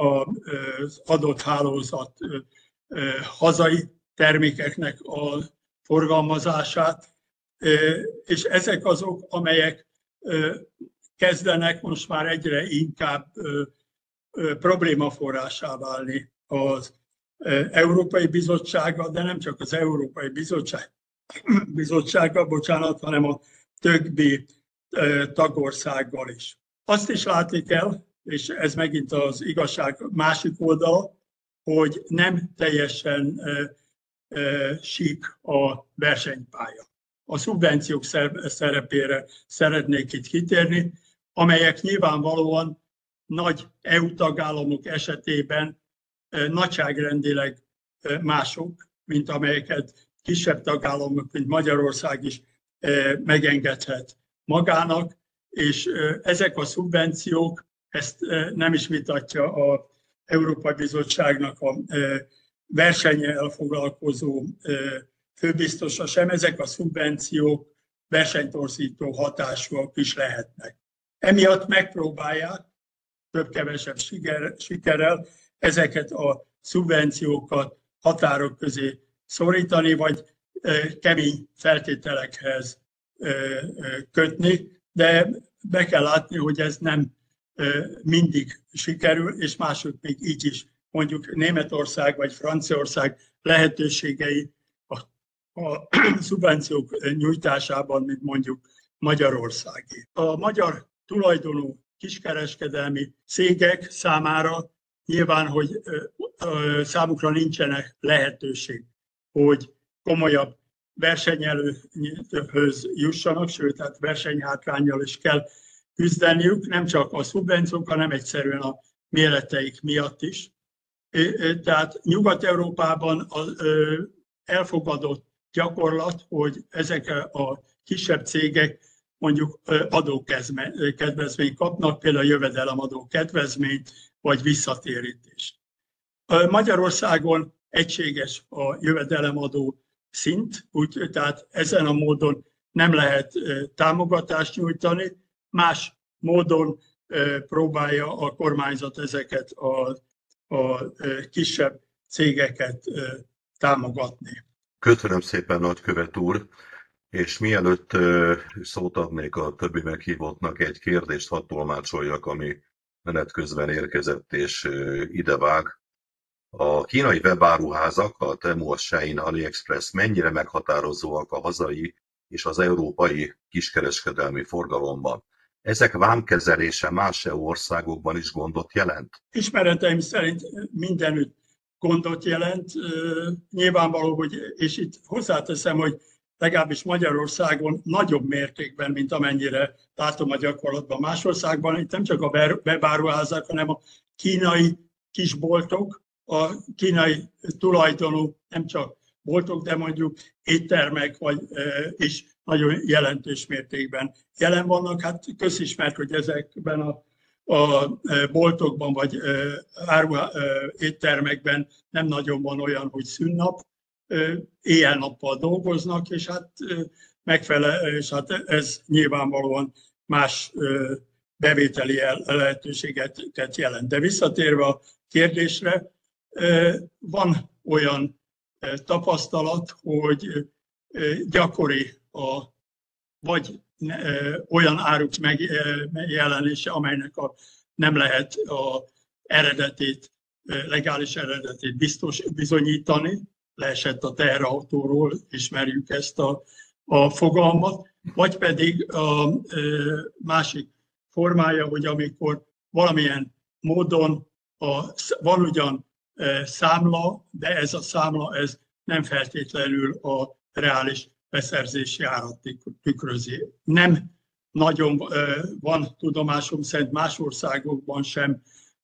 az adott hálózat hazai termékeknek a forgalmazását, és ezek azok, amelyek kezdenek most már egyre inkább problémaforrássá válni az Európai Bizottsággal, de nem csak az Európai Bizottsággal, hanem a többi tagországgal is. Azt is látni kell, és ez megint az igazság másik oldala, hogy nem teljesen sík a versenypálya. A szubvenciók szerepére szeretnék itt kitérni, amelyek nyilvánvalóan nagy EU tagállamok esetében nagyságrendileg mások, mint amelyeket kisebb tagállamok, mint Magyarország is megengedhet magának, és ezek a szubvenciók, ezt nem is vitatja az Európai Bizottságnak a versennyel foglalkozó főbiztosa sem, ezek a szubvenciók versenytorzító hatásúak is lehetnek. Emiatt megpróbálják több-kevesebb sikerrel ezeket a szubvenciókat határok közé szorítani, vagy kemény feltételekhez kötni, de be kell látni, hogy ez nem mindig sikerül, és mások még így is. Mondjuk Németország vagy Franciaország lehetőségei a szubvenciók nyújtásában, mint mondjuk Magyarországé. A magyar tulajdonú kiskereskedelmi cégek számára nyilván, hogy számukra nincsenek lehetőség, hogy komolyabb versenyelőhöz jussanak, sőt, tehát versenyhátránnyal is kell küzdeniük, nem csak a szubvenciók, hanem egyszerűen a méreteik miatt is. Tehát Nyugat-Európában elfogadott gyakorlat, hogy ezek a kisebb cégek mondjuk adókedvezményt kapnak, például jövedelemadó kedvezményt, vagy visszatérítést. Magyarországon egységes a jövedelemadó szint, tehát ezen a módon nem lehet támogatást nyújtani, más módon próbálja a kormányzat ezeket a kisebb cégeket támogatni. Köszönöm szépen, nagykövet úr, és mielőtt szót adnék a többi meghívottnak, egy kérdést hadd tolmácsoljak, ami menet közben érkezett és idevág. A kínai webáruházak, a Temu, a Shein, AliExpress mennyire meghatározóak a hazai és az európai kiskereskedelmi forgalomban? Ezek vámkezelése más EU országokban is gondot jelent? Ismereteim szerint mindenütt gondot jelent. Nyilvánvaló, hogy, és itt hozzáteszem, hogy legalábbis Magyarországon nagyobb mértékben, mint amennyire látom a gyakorlatban más országban, itt nem csak a webáruházak, hanem a kínai kisboltok, a kínai tulajdonú, nem csak boltok, de mondjuk éttermek is nagyon jelentős mértékben jelen vannak. Hát közismert, hogy ezekben a boltokban vagy éttermekben nem nagyon van olyan, hogy szünnap, éjjel-nappal dolgoznak, és hát és hát ez nyilvánvalóan más bevételi lehetőségeket jelent. De visszatérve a kérdésre, van olyan tapasztalat, hogy gyakori vagy olyan áruk megjelenése, amelynek nem lehet az eredetét, legális eredetét bizonyítani, leesett a teherautóról, ismerjük ezt a fogalmat, vagy pedig a másik formája, hogy amikor valamilyen módon van ugyan számla, de ez a számla ez nem feltétlenül a reális beszerzési árat tükrözi. Nem nagyon van tudomásom szerint más országokban sem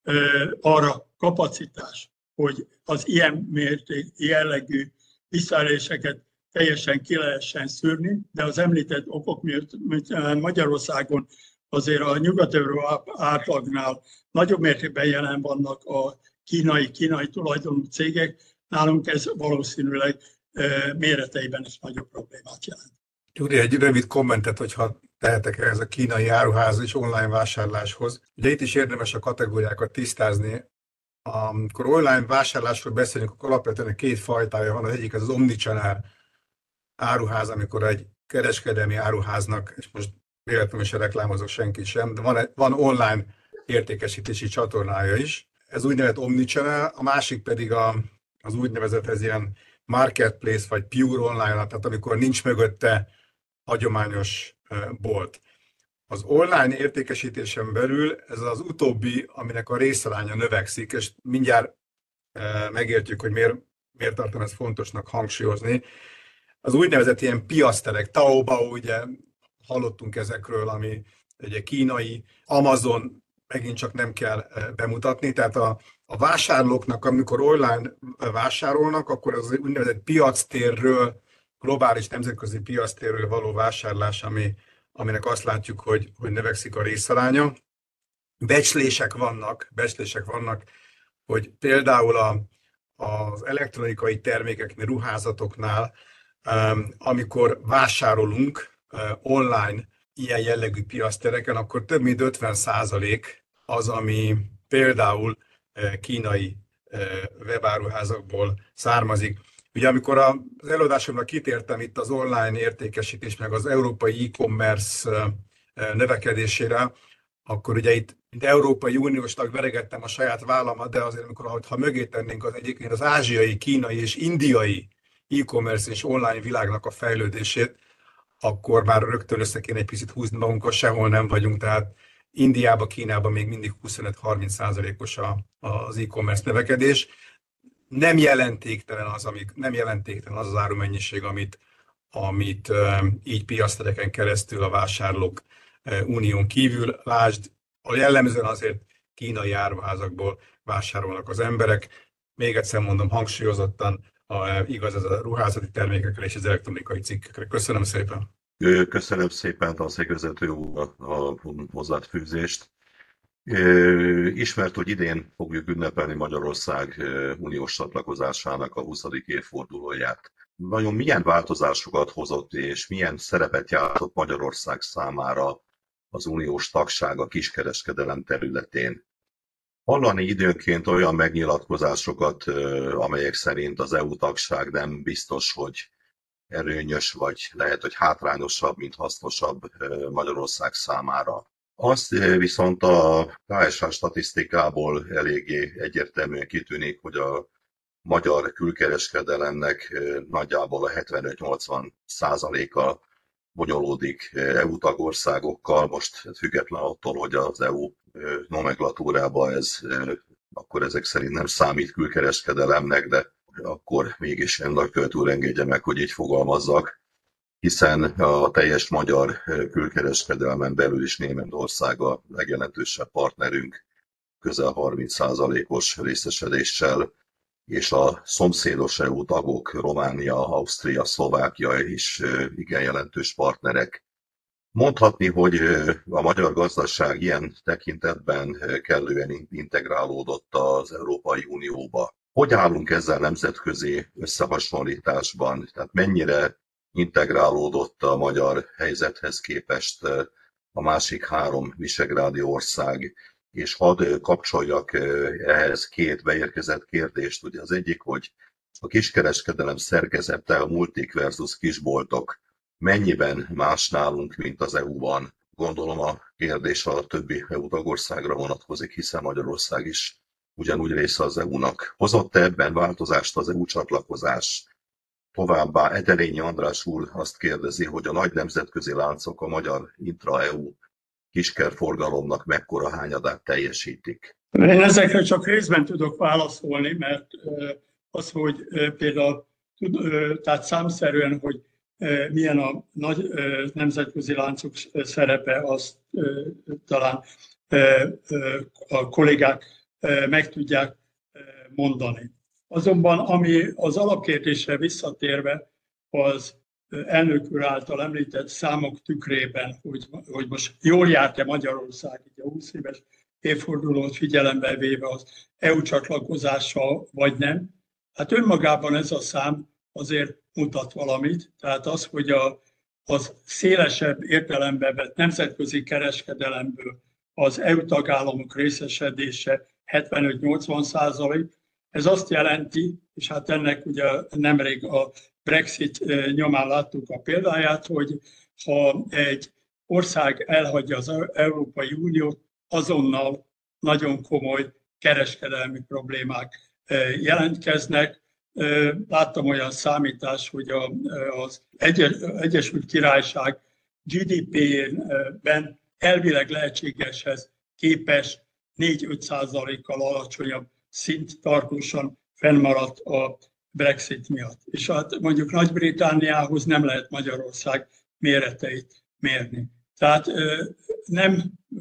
arra kapacitás, hogy az ilyen jellegű visszaéléseket teljesen ki lehessen szűrni, de az említett okok miatt Magyarországon azért a nyugat-európai átlagnál nagyobb mértékben jelen vannak a kínai tulajdonú cégek, nálunk ez valószínűleg méreteiben is nagyobb problémát jelent. Gyuri, egy rövid kommentet, hogyha tehetek ez a kínai áruház és online vásárláshoz. Ugye itt is érdemes a kategóriákat tisztázni. Amikor online vásárlásról beszélünk, akkor alapvetően két fajtája van. Az egyik az omnichannel áruház, amikor egy kereskedelmi áruháznak, és most véletlenül se reklámozok senki sem, de van online értékesítési csatornája is. Ez úgynevezett omnichannel, a másik pedig az úgynevezett ez ilyen marketplace vagy pure online, tehát amikor nincs mögötte hagyományos bolt. Az online értékesítésen belül ez az utóbbi, aminek a részaránya növekszik, és mindjárt megértjük, hogy miért tartom ezt fontosnak hangsúlyozni. Az úgynevezett ilyen piaszterek, Taobao, ugye hallottunk ezekről, ami egy kínai, Amazon, megint csak nem kell bemutatni, tehát a vásárlóknak, amikor online vásárolnak, akkor az úgynevezett piactérről, globális nemzetközi piactérről való vásárlás, aminek azt látjuk, hogy növekszik a részaránya. Becslések vannak, hogy például az elektronikai termékeknél, ruházatoknál, amikor vásárolunk online ilyen jellegű piactereken, akkor több mint 50% az, ami például kínai webáruházakból származik. Ugye amikor az előadásomra kitértem itt az online értékesítés, meg az európai e-commerce növekedésére, akkor ugye itt, mint Európai Uniósnak veregettem a saját vállamat, de azért, ha mögé tennénk az egyébként az ázsiai, kínai és indiai e-commerce és online világnak a fejlődését, akkor már rögtön össze kéne egy picit húzni magunkat, sehol nem vagyunk, tehát Indiában, Kínában még mindig 25-30%-os az e-commerce növekedés. Nem jelentéktelen az árumennyiség, amit így piactereken keresztül a vásárlók unión kívül, lásd, jellemzően azért kínai áruházakból vásárolnak az emberek. Még egyszer mondom, hangsúlyozottan igaz ez a ruházati termékekre és az elektronikai cikkekre. Köszönöm szépen! Köszönöm szépen, tanszékvezető úr, a hozzáfűzést. Ismert, hogy idén fogjuk ünnepelni Magyarország uniós csatlakozásának a 20. évfordulóját. Vajon milyen változásokat hozott és milyen szerepet játszott Magyarország számára az uniós tagság a kiskereskedelem területén? Hallani időnként olyan megnyilatkozásokat, amelyek szerint az EU tagság nem biztos, hogy erőnyös, vagy lehet, hogy hátrányosabb, mint hasznosabb Magyarország számára. Azt viszont a KSH statisztikából eléggé egyértelműen kitűnik, hogy a magyar külkereskedelemnek nagyjából a 75-80%-a bonyolódik EU tagországokkal, most független attól, hogy az EU nomenklatúrában akkor ezek szerint nem számít külkereskedelemnek, de akkor mégis nagykövet úr engedje meg, hogy így fogalmazzak, hiszen a teljes magyar külkereskedelmen belül is Németország a legjelentősebb partnerünk, közel 30%-os részesedéssel, és a szomszédos EU tagok, Románia, Ausztria, Szlovákia is igen jelentős partnerek. Mondhatni, hogy a magyar gazdaság ilyen tekintetben kellően integrálódott az Európai Unióba. Hogy állunk ezzel nemzetközi összehasonlításban? Tehát mennyire integrálódott a magyar helyzethez képest a másik 3 visegrádi ország? És hadd kapcsoljak ehhez 2 beérkezett kérdést. Ugye az egyik, hogy a kiskereskedelem szerkezete, a multik versus kisboltok mennyiben más nálunk, mint az EU-ban? Gondolom a kérdés a többi EU tagországra vonatkozik, hiszen Magyarország is ugyanúgy része az EU-nak. Hozott-e ebben változást az EU csatlakozás? Továbbá Edelényi András úr azt kérdezi, hogy a nagy nemzetközi láncok a magyar intra-EU kiskerforgalomnak mekkora hányadát teljesítik? Én ezekre csak részben tudok válaszolni, mert az, hogy például tehát számszerűen, hogy milyen a nagy nemzetközi láncok szerepe, azt talán a kollégák meg tudják mondani. Azonban, ami az alapkérdésre visszatérve, az elnök úr által említett számok tükrében, hogy most jól járt-e Magyarország így a 20 éves évfordulót figyelembe véve az EU csatlakozással, vagy nem. Hát önmagában ez a szám azért mutat valamit, tehát az, hogy az szélesebb értelemben vett nemzetközi kereskedelemből az EU tagállamok részesedése 75-80%, ez azt jelenti, és hát ennek ugye nemrég a Brexit nyomán láttuk a példáját, hogy ha egy ország elhagyja az Európai Uniót, azonnal nagyon komoly kereskedelmi problémák jelentkeznek. Láttam olyan számítást, hogy az Egyesült Királyság GDP-ben elvileg lehetségeshez képest 4-5%-kal alacsonyabb szint tartósan fennmaradt a Brexit miatt. És hát mondjuk Nagy-Britanniához nem lehet Magyarország méreteit mérni. Tehát nem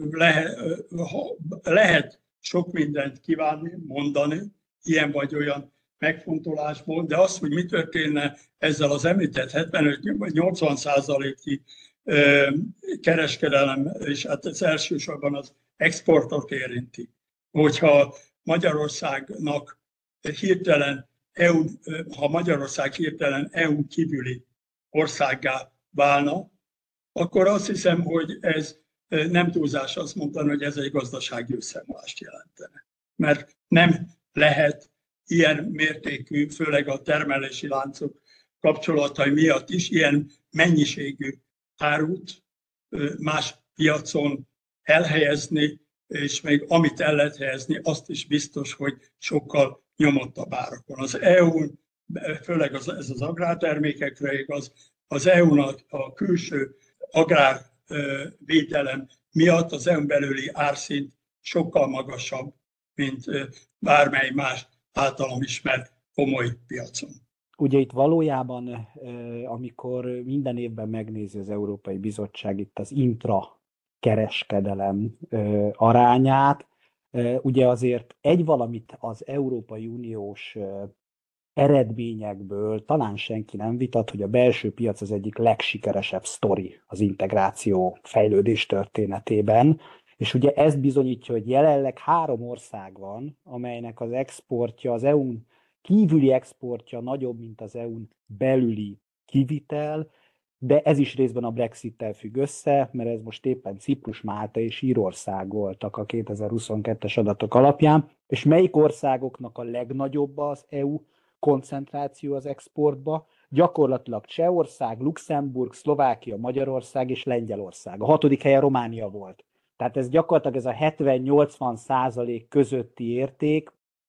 lehet sok mindent kívánni, mondani, ilyen vagy olyan megfontolásból, de az, hogy mi történne ezzel az említett 75-80%-i kereskedelem, és hát ez elsősorban az exportot érinti. Hogyha Magyarországnak hirtelen ha Magyarország hirtelen EU kívüli országgá válna, akkor azt hiszem, hogy ez nem túlzás azt mondani, hogy ez egy gazdasági összeomlást jelentene. Mert nem lehet ilyen mértékű, főleg a termelési láncok kapcsolatai miatt is ilyen mennyiségű árut más piacon elhelyezni, és még amit el lehet helyezni, azt is biztos, hogy sokkal nyomottabb árakon. Az EU, főleg ez az agrártermékekre igaz, az EU-nak a külső agrárvédelem miatt az EU-n belüli árszint sokkal magasabb, mint bármely más általam ismert komoly piacon. Ugye itt valójában, amikor minden évben megnézi az Európai Bizottság itt az intrakereskedelem arányát, ugye azért egy valamit az Európai Uniós eredményekből talán senki nem vitat, hogy a belső piac az egyik legsikeresebb sztori az integráció fejlődés történetében, és ugye ezt bizonyítja, hogy jelenleg 3 ország van, amelynek az exportja, az EU-n kívüli exportja nagyobb, mint az EU-n belüli kivitel, de ez is részben a Brexittel függ össze, mert ez most éppen Ciprus, Málta és Írország voltak a 2022-es adatok alapján, és melyik országoknak a legnagyobb az EU koncentráció az exportba? Gyakorlatilag Csehország, Luxemburg, Szlovákia, Magyarország és Lengyelország. A 6. helyen Románia volt. Tehát ez gyakorlatilag ez a 70-80% közötti érték,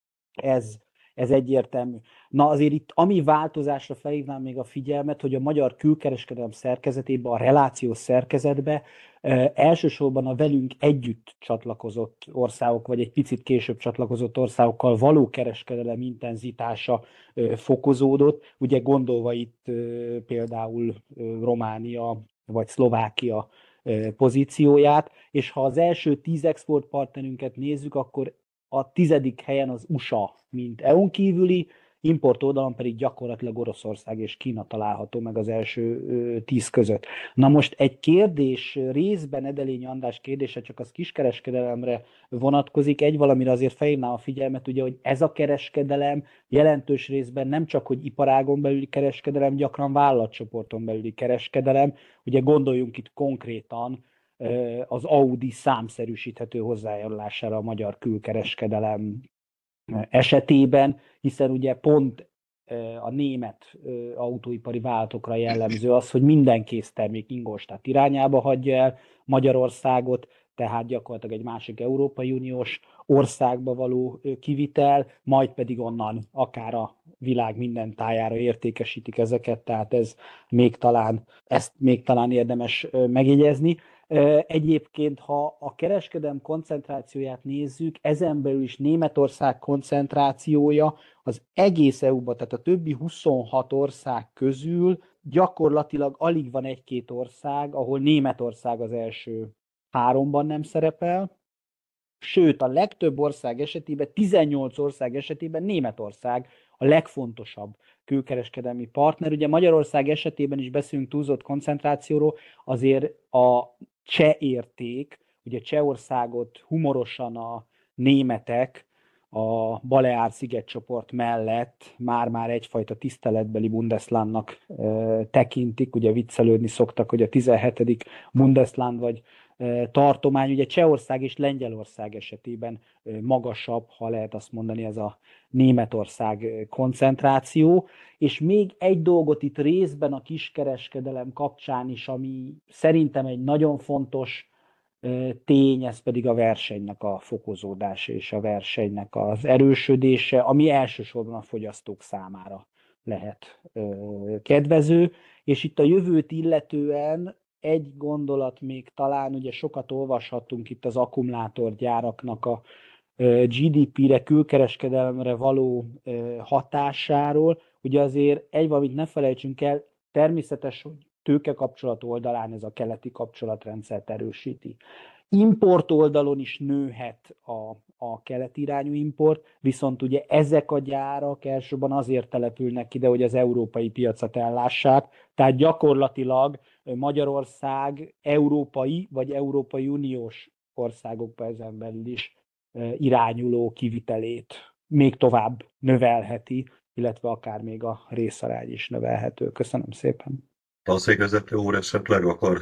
ez egyértelmű. Na azért itt, ami változásra felhívnám még a figyelmet, hogy a magyar külkereskedelem szerkezetében, a relációs szerkezetben elsősorban a velünk együtt csatlakozott országok, vagy egy picit később csatlakozott országokkal való kereskedelem intenzitása fokozódott. Ugye gondolva itt például Románia vagy Szlovákia pozícióját, és ha az első 10 exportpartnerünket nézzük, akkor a 10. helyen az USA, mint EU-n kívüli, import oldalon pedig gyakorlatilag Oroszország és Kína található meg az első 10 között. Na most egy kérdés, részben Edelényi András kérdése csak az kiskereskedelemre vonatkozik, egy valamire azért felhívnám a figyelmet, ugye, hogy ez a kereskedelem jelentős részben nem csak, hogy iparágon belüli kereskedelem, gyakran vállalatcsoporton belüli kereskedelem, ugye gondoljunk itt konkrétan az Audi számszerűsíthető hozzájárulására a magyar külkereskedelem esetében, hiszen ugye pont a német autóipari vállalatokra jellemző az, hogy minden késztermék Ingolstadt irányába hagyja el Magyarországot, tehát gyakorlatilag egy másik Európai Uniós országba való kivitel, majd pedig onnan akár a világ minden tájára értékesítik ezeket, tehát ezt még talán érdemes megjegyezni. Egyébként, ha a kereskedelem koncentrációját nézzük, ezen belül is Németország koncentrációja az egész EU-ban, tehát a többi 26 ország közül gyakorlatilag alig van 1-2 ország, ahol Németország az első 3-ban nem szerepel, sőt a legtöbb ország esetében, 18 ország esetében Németország a legfontosabb külkereskedelmi partner. Ugye Magyarország esetében is beszélünk túlzott koncentrációról, azért a cseh érték, ugye Csehországot humorosan a németek a Baleár szigetcsoport mellett már egyfajta tiszteletbeli Bundeslandnak tekintik, ugye viccelődni szoktak, hogy a 17. Bundesland vagy tartomány, ugye Csehország és Lengyelország esetében magasabb, ha lehet azt mondani, ez a Németország koncentráció. És még egy dolgot itt részben a kiskereskedelem kapcsán is, ami szerintem egy nagyon fontos tény, ez pedig a versenynek a fokozódása és a versenynek az erősödése, ami elsősorban a fogyasztók számára lehet kedvező. És itt a jövőt illetően egy gondolat még talán, ugye sokat olvashattunk itt az akkumulátorgyáraknak a GDP-re, külkereskedelemre való hatásáról. Ugye azért egy valamit ne felejtsünk el, természetes, hogy tőkekapcsolat oldalán ez a keleti kapcsolatrendszert erősíti. Import oldalon is nőhet a keleti irányú import, viszont ugye ezek a gyárak elsősorban azért települnek ide, hogy az európai piacot ellássák, tehát gyakorlatilag Magyarország európai vagy Európai Uniós országokba ezen belül is irányuló kivitelét még tovább növelheti, illetve akár még a részarány is növelhető. Köszönöm szépen. Tanszékvezető úr esetleg akar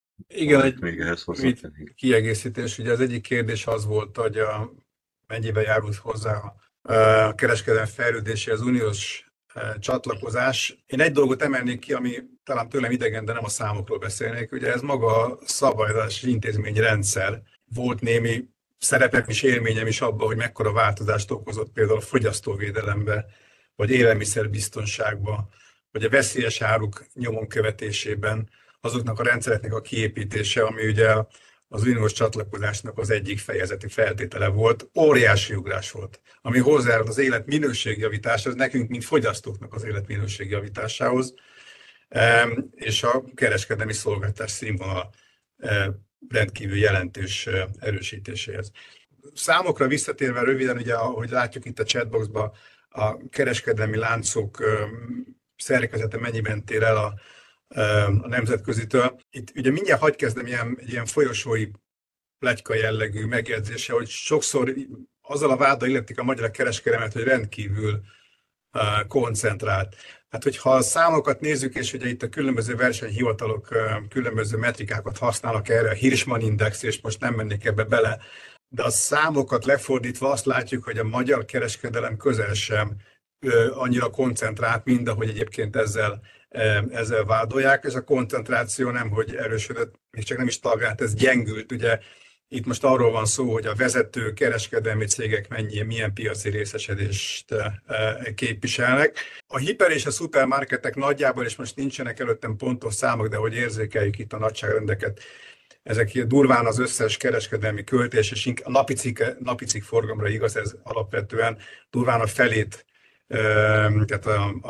igen, még ehhez hozzátenni? Kiegészítés. Ugye az egyik kérdés az volt, hogy mennyiben járult hozzá a a kereskedelem fejlődése, az uniós csatlakozás. Én egy dolgot emelnék ki, ami talán tőlem idegen, de nem a számokról beszélnék. Ugye ez maga a szabályozási intézményrendszer. Volt némi szerepem is, élményem is abban, hogy mekkora változást okozott például a fogyasztóvédelembe, vagy élelmiszerbiztonságba, vagy a veszélyes áruk nyomon követésében, azoknak a rendszereknek a kiépítése, ami ugye az uniós csatlakozásnak az egyik fejezeti feltétele volt, óriási ugrás volt, ami hozzájárult az életminőség javításához, nekünk, mint fogyasztóknak az életminőség javításához, és a kereskedelmi szolgáltatás színvonal rendkívül jelentős erősítéséhez. Számokra visszatérve röviden, ugye, ahogy látjuk itt a chatboxban, a kereskedelmi láncok szerkezete mennyiben tér el a nemzetközitől. Itt ugye mindjárt hadd kezdem egy ilyen folyosói pletyka jellegű megjegyzése, hogy sokszor azzal a váddal illetik a magyar kereskedelmet, hogy rendkívül koncentrált. Hát, hogyha a számokat nézzük, és ugye itt a különböző versenyhivatalok különböző metrikákat használnak erre, a Hirschman Index, és most nem mennék ebbe bele, de a számokat lefordítva azt látjuk, hogy a magyar kereskedelem közel sem annyira koncentrált, mint ahogy egyébként ezzel vádolják, és a koncentráció nemhogy erősödött, még csak nem is stagnált, ez gyengült. Ugye itt most arról van szó, hogy a vezető kereskedelmi cégek milyen piaci részesedést képviselnek. A hiper és a szupermarketek nagyjából, és most nincsenek előttem pontos számok, de hogy érzékeljük itt a nagyságrendeket, ezek durván az összes kereskedelmi költés, és a napicik forgalomra igaz, ez alapvetően durván a felét, tehát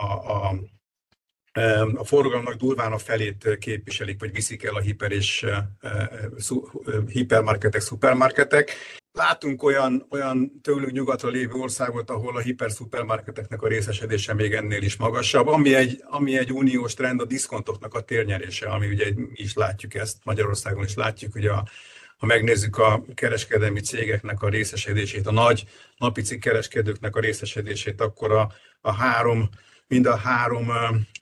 a forgalomnak durván a felét képviselik, vagy viszik el a hiper és hipermarketek, szupermarketek. Látunk olyan tőlünk nyugatra lévő országot, ahol a hiper-szupermarketeknek a részesedése még ennél is magasabb, ami egy uniós trend, a diszkontoknak a térnyerése, ami ugye mi is látjuk ezt, Magyarországon is látjuk, hogy ha megnézzük a kereskedelmi cégeknek a részesedését, a nagy napicik kereskedőknek a részesedését, akkor mind a három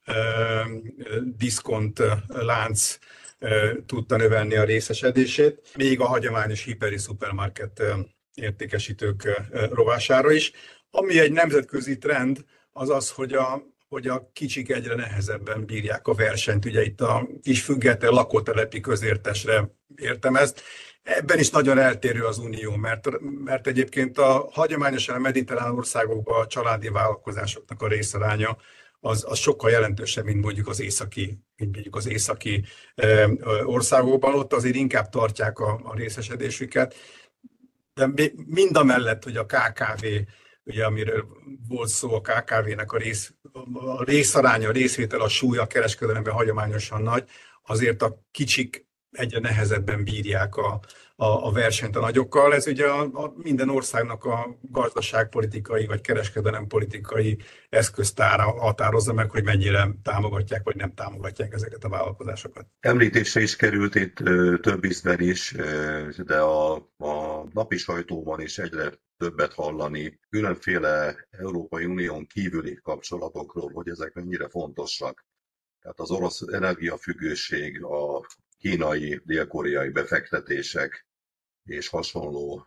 diszkont lánc tudta növelni a részesedését, még a hagyományos hiperi szupermarket értékesítők rovására is. Ami egy nemzetközi trend, az az, hogy a kicsik egyre nehezebben bírják a versenyt. Ugye itt a kis független lakótelepi közértesre értem ezt. Ebben is nagyon eltérő az Unió, mert egyébként hagyományosan a mediterrán országokban a családi vállalkozásoknak a részaránya az sokkal jelentősebb, mint mondjuk az északi országokban. Ott azért inkább tartják a részesedésüket. De mindamellett, hogy a KKV, ugye, amiről volt szó, a KKV-nek a részaránya, a részvétel, a súlya a kereskedelemben hagyományosan nagy, azért a kicsik egyre nehezebben bírják a versenyt a nagyokkal. Ez ugye minden országnak a gazdaságpolitikai vagy kereskedelempolitikai eszköztára határozza meg, hogy mennyire támogatják vagy nem támogatják ezeket a vállalkozásokat. Említésre is került itt több ízben is, de a napi sajtóban is egyre többet hallani különféle Európai Unión kívüli kapcsolatokról, hogy ezek mennyire fontosak. Tehát az orosz energiafüggőség, a kínai, dél-koreai befektetések és hasonló,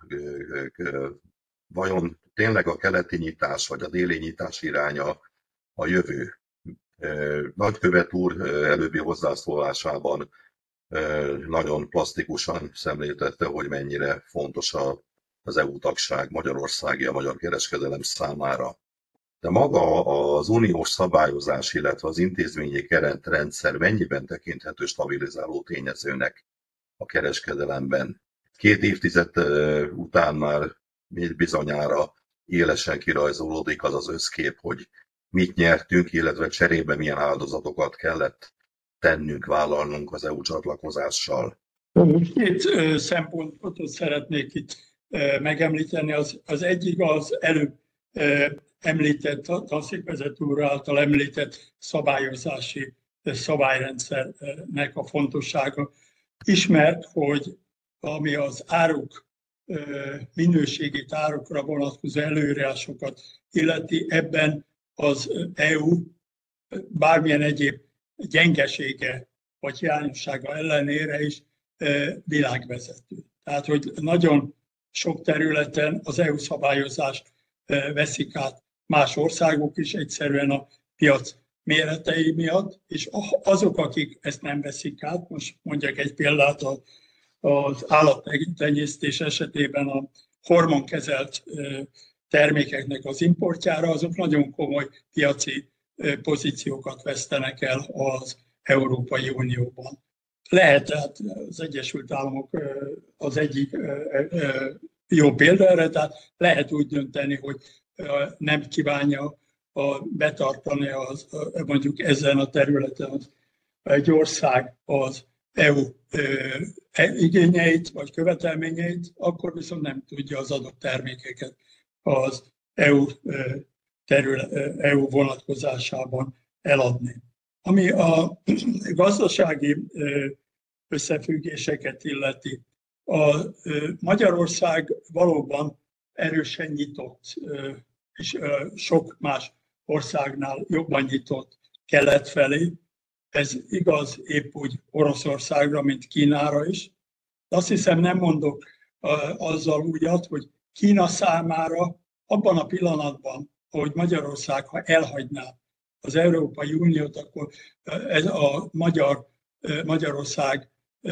vajon tényleg a keleti nyitás vagy a déli nyitás iránya a jövő? Nagykövet úr előbbi hozzászólásában nagyon plastikusan szemléltette, hogy mennyire fontos az EU tagság Magyarországi, a magyar kereskedelem számára. De maga az uniós szabályozás, illetve az intézményi keretrendszer mennyiben tekinthető stabilizáló tényezőnek a kereskedelemben? 2 évtized után már bizonyára élesen kirajzolódik az az összkép, hogy mit nyertünk, illetve cserébe milyen áldozatokat kellett tennünk, vállalnunk az EU csatlakozással. 2 szempontot szeretnék itt megemlíteni. Az egyik az előbb említett, tanszékvezető úr által említett szabályozási szabályrendszernek a fontossága. Ismert, hogy ami az áruk minőségét, árukra vonatkozó előírásokat illeti, ebben az EU bármilyen egyéb gyengesége vagy hiányossága ellenére is világvezető. Tehát, hogy nagyon sok területen az EU szabályozás veszik át más országok is egyszerűen a piac méretei miatt, és azok, akik ezt nem veszik át, most mondjak egy példát, az állattenyésztés esetében a hormonkezelt termékeknek az importjára, azok nagyon komoly piaci pozíciókat vesztenek el az Európai Unióban. Lehet, tehát az Egyesült Államok az egyik jó példa erre, tehát lehet úgy dönteni, hogy nem kívánja betartani mondjuk ezen a területen egy ország az EU igényeit vagy követelményeit, akkor viszont nem tudja az adott termékeket az EU vonatkozásában eladni. Ami a gazdasági összefüggéseket illeti, Magyarország valóban erősen nyitott, és sok más országnál jobban nyitott kelet felé. Ez igaz épp úgy Oroszországra, mint Kínára is. Azt hiszem, nem mondok azzal úgyat, hogy Kína számára abban a pillanatban, hogy Magyarország, ha elhagyná az Európai Uniót, akkor ez a Magyarország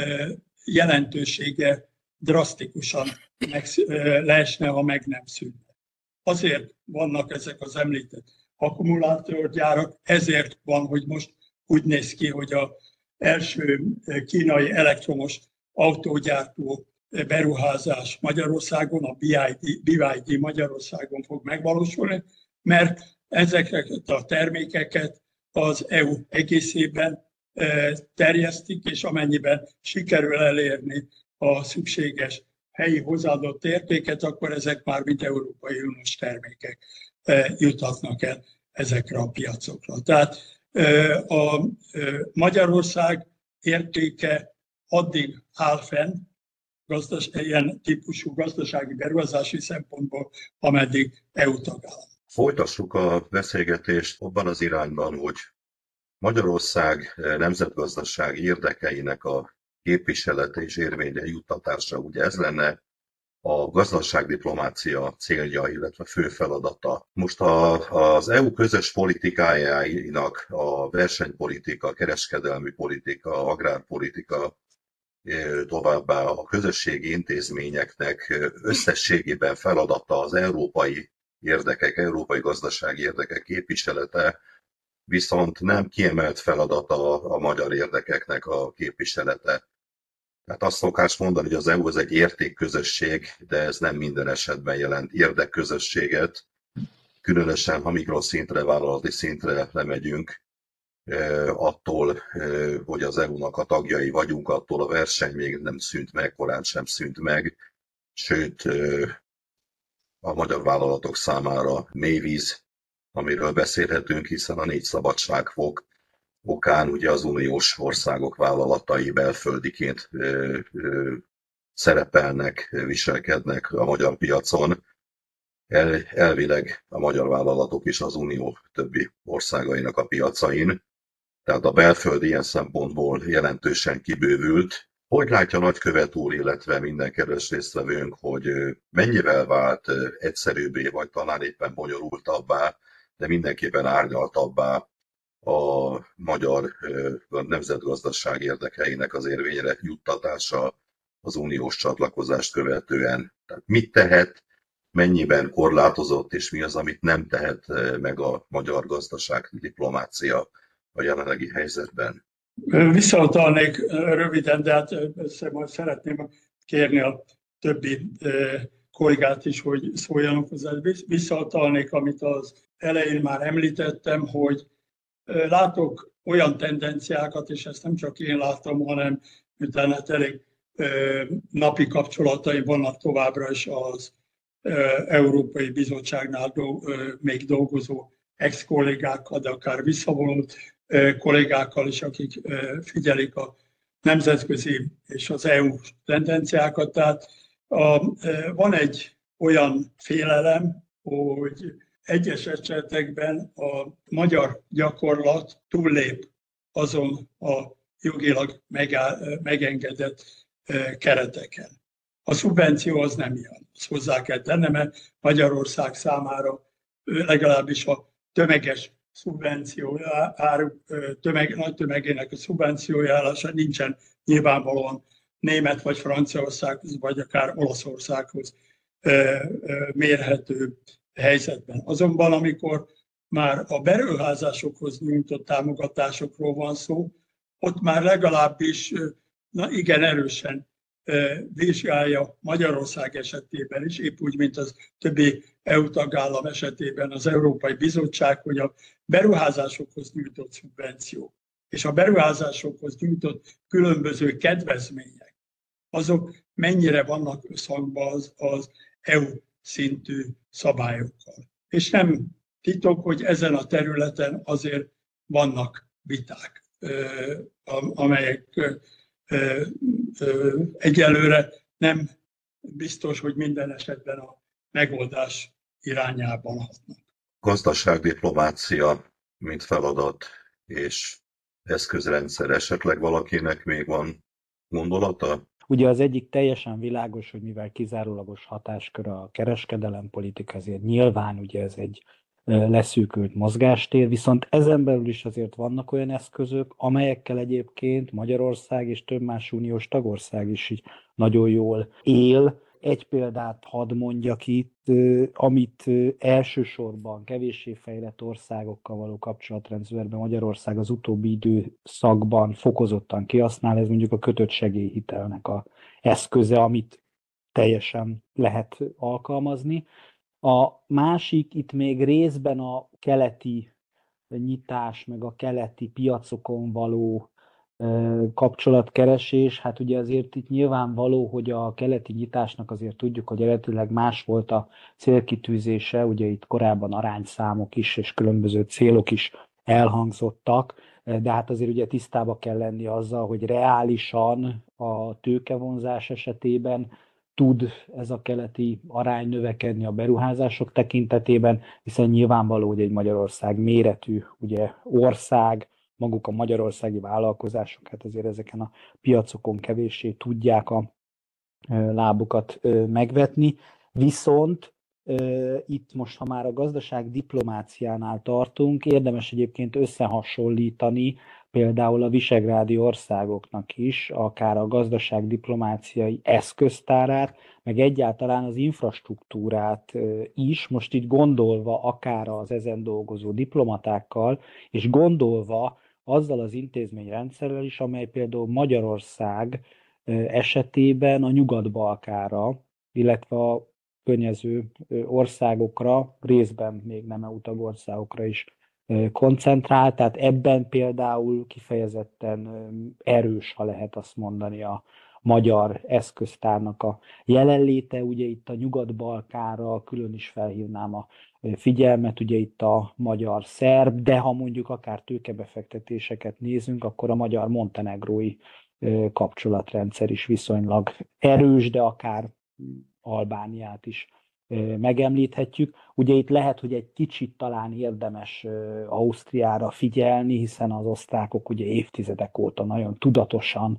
jelentősége drasztikusan leesne, ha meg nem szűnne. Azért vannak ezek az említett akkumulátorgyárak, ezért van, hogy most úgy néz ki, hogy az első kínai elektromos autógyártó beruházás Magyarországon, a BYD Magyarországon fog megvalósulni, mert ezeket a termékeket az EU egészében terjesztik, és amennyiben sikerül elérni a szükséges helyi hozzáadott értéket, akkor ezek már mint Európai Uniós termékek juthatnak el ezekre a piacokra. Tehát a Magyarország értéke addig áll fenn, ilyen típusú gazdasági beruházási szempontból, ameddig EU tagállam. Folytassuk a beszélgetést abban az irányban, hogy Magyarország nemzetgazdasági érdekeinek a képviselete és érvényre juttatása, ugye ez lenne a gazdaságdiplomácia célja, illetve fő feladata. Most az EU közös politikájának a versenypolitika, kereskedelmi politika, agrárpolitika, továbbá a közösségi intézményeknek összességében feladata az európai érdekek, európai gazdasági érdekek képviselete, viszont nem kiemelt feladata a magyar érdekeknek a képviselete. Tehát azt szokás mondani, hogy az EU az egy értékközösség, de ez nem minden esetben jelent érdekközösséget, különösen ha mikroszintre, vállalati szintre lemegyünk, attól, hogy az EU-nak a tagjai vagyunk, attól a verseny még nem szűnt meg, korán sem szűnt meg, sőt a magyar vállalatok számára mélyvíz, amiről beszélhetünk, hiszen a 4 szabadságfok okán ugye az uniós országok vállalatai belföldiként szerepelnek, viselkednek a magyar piacon. Elvileg a magyar vállalatok is az unió többi országainak a piacain. Tehát a belföld ilyen szempontból jelentősen kibővült. Hogy látja nagykövet úr, illetve minden kedves résztvevőnk, hogy mennyivel vált egyszerűbbé, vagy talán éppen bonyolultabbá, de mindenképpen árnyaltabbá a magyar nemzetgazdaság érdekeinek az érvényre juttatása az uniós csatlakozást követően. Tehát mit tehet, mennyiben korlátozott, és mi az, amit nem tehet meg a magyar gazdaságdiplomácia a jelenlegi helyzetben? Visszautalnék röviden, de hát majd szeretném kérni a többi kollégát is, hogy szóljanak hozzá. Visszautalnék, amit az elején már említettem, hogy látok olyan tendenciákat, és ezt nem csak én látom, hanem utána elég napi kapcsolataim vannak továbbra is az Európai Bizottságnál még dolgozó ex-kollégákkal, de akár visszavonult kollégákkal is, akik figyelik a nemzetközi és az EU tendenciákat. Tehát van egy olyan félelem, hogy egyes esetekben a magyar gyakorlat túllép azon a jogilag megengedett kereteken. A szubvenció az nem ilyen, azt hozzá kell tennem, mert Magyarország számára legalábbis a tömeges szubvenció, nagy tömegének a szubvenciójárása nincsen nyilvánvalóan Német vagy Franciaországhoz, vagy akár Olaszországhoz mérhető helyzetben. Azonban, amikor már a beruházásokhoz nyújtott támogatásokról van szó, ott már legalábbis igen erősen vizsgálja Magyarország esetében is, épp úgy, mint az többi EU tagállam esetében az Európai Bizottság, hogy a beruházásokhoz nyújtott szubvenció és a beruházásokhoz nyújtott különböző kedvezmények, azok mennyire vannak összhangban az EU szintű szabályokkal. És nem titok, hogy ezen a területen azért vannak viták, amelyek egyelőre nem biztos, hogy minden esetben a megoldás irányában hatnak. Gazdaságdiplomácia, mint feladat és eszközrendszer, esetleg valakinek még van gondolata? Ugye az egyik teljesen világos, hogy mivel kizárólagos hatáskör a kereskedelempolitika, ezért nyilván ugye ez egy leszűkült mozgástér, viszont ezen belül is azért vannak olyan eszközök, amelyekkel egyébként Magyarország és több más uniós tagország is így nagyon jól él. Egy példát hadd mondjak itt, amit elsősorban kevéssé fejlett országokkal való kapcsolatrendszerben Magyarország az utóbbi időszakban fokozottan kihasznál, ez mondjuk a kötött segélyhitelnek az eszköze, amit teljesen lehet alkalmazni. A másik itt még részben a keleti nyitás, meg a keleti piacokon való kapcsolatkeresés. Hát ugye azért itt nyilvánvaló, hogy a keleti nyitásnak azért tudjuk, hogy eredetileg más volt a célkitűzése, ugye itt korábban arányszámok is és különböző célok is elhangzottak, de hát azért ugye tisztába kell lenni azzal, hogy reálisan a tőkevonzás esetében tud ez a keleti arány növekedni a beruházások tekintetében, hiszen nyilvánvaló, hogy egy Magyarország méretű ugye, ország, maguk a magyarországi vállalkozások, hát azért ezeken a piacokon kevéssé tudják a lábukat megvetni. Viszont itt most, ha már a gazdaság diplomáciánál tartunk, érdemes egyébként összehasonlítani például a visegrádi országoknak is, akár a gazdaságdiplomáciai eszköztárát, meg egyáltalán az infrastruktúrát is, most itt gondolva akár az ezen dolgozó diplomatákkal, és gondolva azzal az intézményrendszerrel is, amely például Magyarország esetében a Nyugat-Balkánra, illetve a környező országokra, részben még nem EU tagországokra is koncentrál, tehát ebben például kifejezetten erős, ha lehet azt mondani, a magyar eszköztárnak a jelenléte. Ugye itt a Nyugat-Balkánra külön is felhívnám a figyelmet, ugye itt a magyar-szerb, de ha mondjuk akár tőkebefektetéseket nézünk, akkor a magyar-montenegrói kapcsolatrendszer is viszonylag erős, de akár Albániát is megemlíthetjük. Ugye itt lehet, hogy egy kicsit talán érdemes Ausztriára figyelni, hiszen az osztrákok ugye évtizedek óta nagyon tudatosan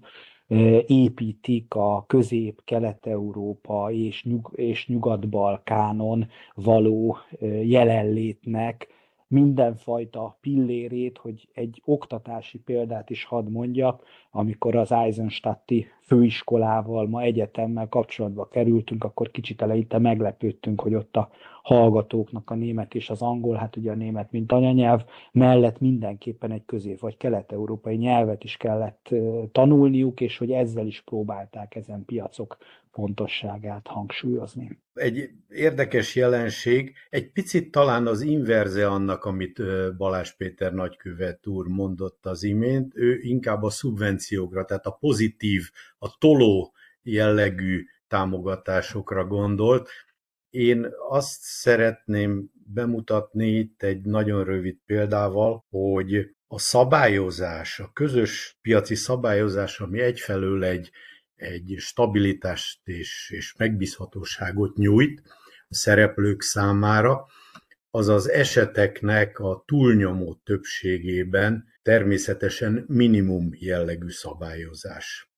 építik a közép-kelet-európa és Nyugat-Balkánon való jelenlétnek mindenfajta pillérét, hogy egy oktatási példát is hadd mondjak, amikor az Eisenstadti főiskolával, ma egyetemmel kapcsolatba kerültünk, akkor kicsit eleinte meglepődtünk, hogy ott a hallgatóknak a német és az angol, hát ugye a német mint anyanyelv, mellett mindenképpen egy közép- vagy kelet-európai nyelvet is kellett tanulniuk, és hogy ezzel is próbálták ezen piacok fontosságát hangsúlyozni. Egy érdekes jelenség, egy picit talán az inverze annak, amit Balázs Péter nagykövet úr mondott az imént, ő inkább a szubvenciókra, tehát a pozitív, a toló jellegű támogatásokra gondolt. Én azt szeretném bemutatni itt egy nagyon rövid példával, hogy a szabályozás, a közös piaci szabályozás, ami egyfelől egy stabilitást és megbízhatóságot nyújt a szereplők számára, az az eseteknek a túlnyomó többségében természetesen minimum jellegű szabályozás.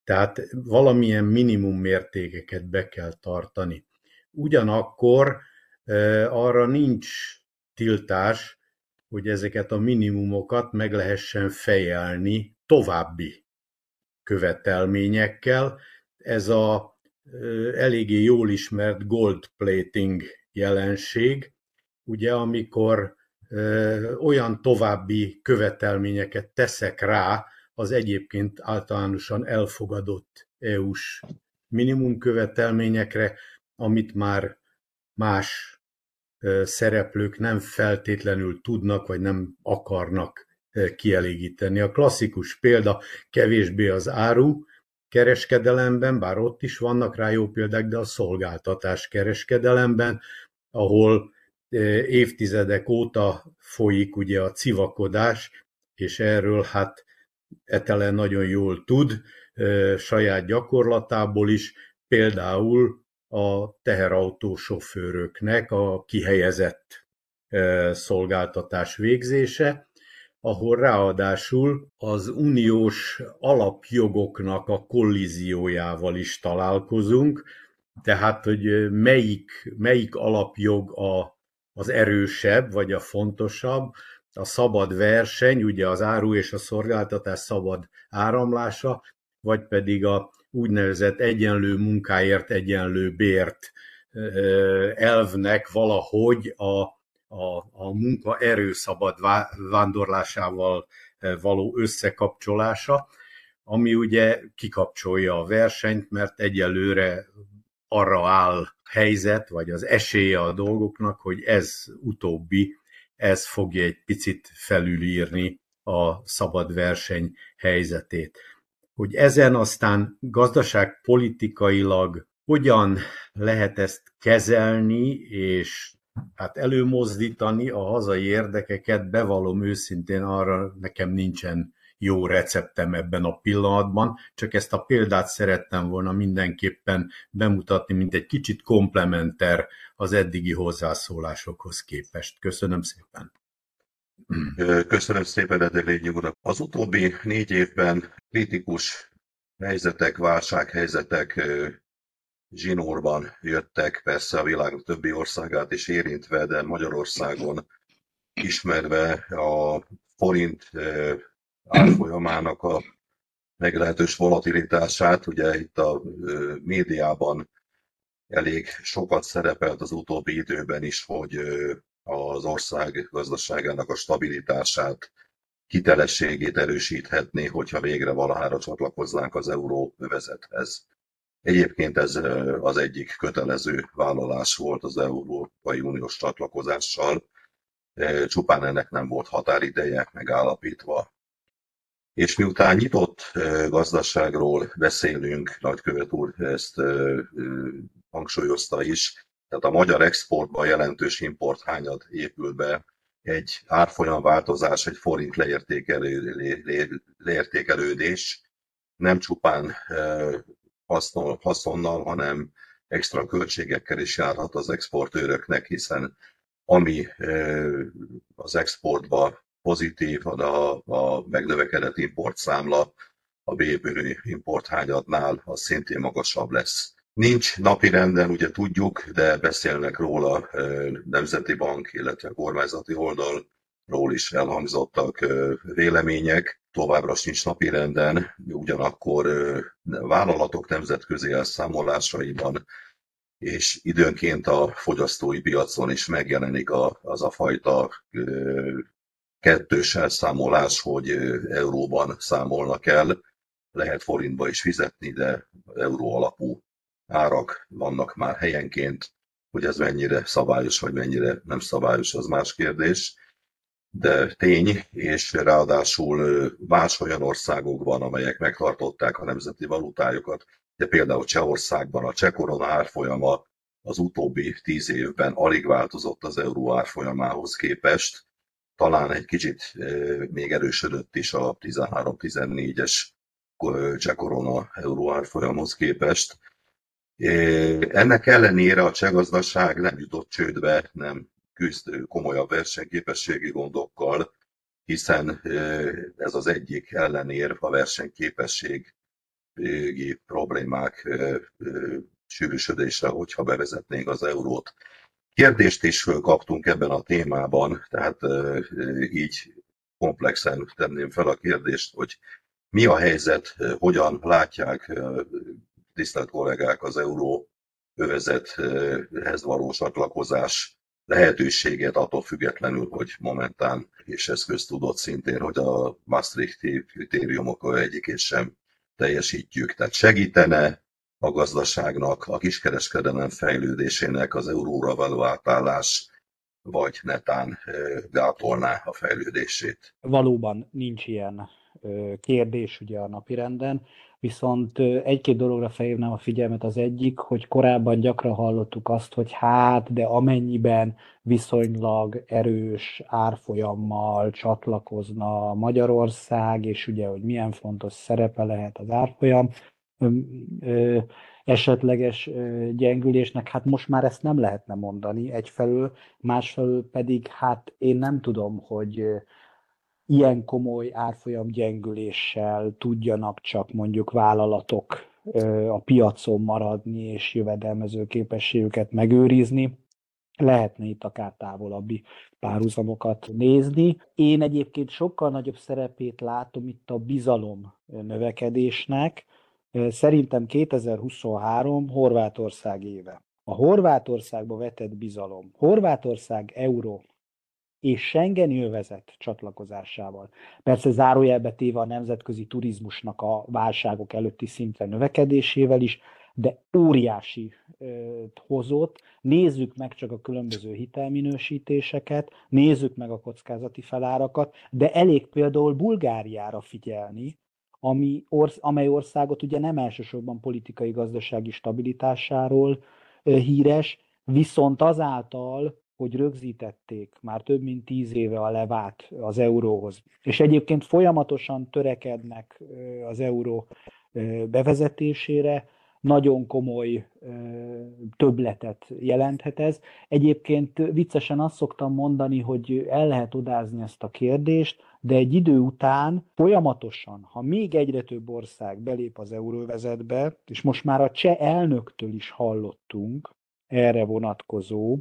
Tehát valamilyen minimum mértékeket be kell tartani. Ugyanakkor arra nincs tiltás, hogy ezeket a minimumokat meg lehessen fejelni további követelményekkel. Ez a eléggé jól ismert gold plating jelenség, ugye amikor olyan további követelményeket teszek rá az egyébként általánosan elfogadott EU-s minimumkövetelményekre, amit már más szereplők nem feltétlenül tudnak, vagy nem akarnak kielégíteni. A klasszikus példa kevésbé az áru kereskedelemben, bár ott is vannak rá jó példák, de a szolgáltatás kereskedelemben, ahol évtizedek óta folyik ugye a civakodás, és erről hát Etele nagyon jól tud saját gyakorlatából is, például a teherautósofőröknek a kihelyezett szolgáltatás végzése, ahol ráadásul az uniós alapjogoknak a kollíziójával is találkozunk, tehát, hogy melyik alapjog az erősebb, vagy a fontosabb, a szabad verseny, ugye az áru és a szolgáltatás szabad áramlása, vagy pedig a úgynevezett egyenlő munkáért egyenlő bért elvnek valahogy a munkaerő szabad vándorlásával való összekapcsolása, ami ugye kikapcsolja a versenyt, mert egyelőre arra áll helyzet, vagy az esélye a dolgoknak, hogy ez utóbbi, ez fogja egy picit felülírni a szabad verseny helyzetét. Hogy ezen aztán gazdaságpolitikailag hogyan lehet ezt kezelni, és hát előmozdítani a hazai érdekeket, bevallom őszintén, arra nekem nincsen jó receptem ebben a pillanatban, csak ezt a példát szerettem volna mindenképpen bemutatni, mint egy kicsit komplementer az eddigi hozzászólásokhoz képest. Köszönöm szépen. Köszönöm szépen, Edelényi úr. Az utóbbi 4 évben kritikus helyzetek, válsághelyzetek zsinórban jöttek, persze a világ többi országát is érintve, de Magyarországon ismerve a forint árfolyamának a meglehetős volatilitását, ugye itt a médiában elég sokat szerepelt az utóbbi időben is, hogy az ország gazdaságának a stabilitását, hitelességét erősíthetné, hogyha végre valahára csatlakoznánk az euróövezethez. Egyébként ez az egyik kötelező vállalás volt az Európai Uniós csatlakozással, csupán ennek nem volt határideje megállapítva. És miután nyitott gazdaságról beszélünk, nagykövet úr ezt hangsúlyozta is, tehát a magyar exportban jelentős importhányad épül be, egy árfolyamváltozás, egy forint leértékelődés nem csupán haszonnal, hanem extra költségekkel is járhat az exportőröknek, hiszen ami az exportba pozitív, a megnövekedett importszámla a bővülő importhányadnál az szintén magasabb lesz. Nincs napirenden, ugye tudjuk, de beszélnek róla Nemzeti Bank, illetve kormányzati oldalról is elhangzottak vélemények. Továbbra sincs napirenden, ugyanakkor vállalatok nemzetközi elszámolásaiban és időnként a fogyasztói piacon is megjelenik az a fajta kettős elszámolás, hogy euróban számolnak el, lehet forintba is fizetni, de euró alapú árak vannak már helyenként, hogy ez mennyire szabályos, vagy mennyire nem szabályos, az más kérdés. De tény, és ráadásul más olyan országokban, amelyek megtartották a nemzeti valutájukat, de például Csehországban a cseh korona árfolyama az utóbbi 10 évben alig változott az euró árfolyamához képest, talán egy kicsit még erősödött is a 13-14-es cseh korona euró árfolyamhoz képest. Ennek ellenére a cseh gazdaság nem jutott csődbe, nem küzd komolyabb versenyképességi gondokkal, hiszen ez az egyik ellenérv, a versenyképesség problémák sűrűsödése, hogyha bevezetnénk az eurót. Kérdést is kaptunk ebben a témában, tehát így komplexen tenném fel a kérdést, hogy mi a helyzet, hogyan látják tisztelt kollégák az euróövezethez való csatlakozás lehetőséget, attól függetlenül, hogy momentán, és ez köztudott szintén, hogy a Maastrichti kritériumok egyikét sem teljesítjük. Tehát segítene a gazdaságnak, a kiskereskedelem fejlődésének az euróra való átállás, vagy netán gátolná a fejlődését? Valóban nincs ilyen kérdés ugye a napirenden, viszont egy-két dologra felhívnám a figyelmet. Az egyik, hogy korábban gyakran hallottuk azt, hogy hát, de amennyiben viszonylag erős árfolyammal csatlakozna Magyarország, és ugye, hogy milyen fontos szerepe lehet az árfolyam esetleges gyengülésnek, hát most már ezt nem lehetne mondani egyfelől, másfelől pedig hát én nem tudom, hogy ilyen komoly árfolyam gyengüléssel tudjanak csak mondjuk vállalatok a piacon maradni és jövedelmező képességüket megőrizni. Lehetne itt akár távolabbi párhuzamokat nézni. Én egyébként sokkal nagyobb szerepét látom itt a bizalom növekedésnek. Szerintem 2023 Horvátország éve. A Horvátországba vetett bizalom, Horvátország euró és Schengeni övezet csatlakozásával. Persze zárójelbe téve a nemzetközi turizmusnak a válságok előtti szintre növekedésével is, de óriási hozott. Nézzük meg csak a különböző hitelminősítéseket, nézzük meg a kockázati felárakat, de elég például Bulgáriára figyelni, amely országot ugye nem elsősorban politikai-gazdasági stabilitásáról híres, viszont azáltal, hogy rögzítették már több mint 10 éve a levát az euróhoz, és egyébként folyamatosan törekednek az euró bevezetésére, nagyon komoly többletet jelenthet ez. Egyébként viccesen azt szoktam mondani, hogy el lehet odázni ezt a kérdést, de egy idő után folyamatosan, ha még egyre több ország belép az euróövezetbe, és most már a cseh elnöktől is hallottunk erre vonatkozó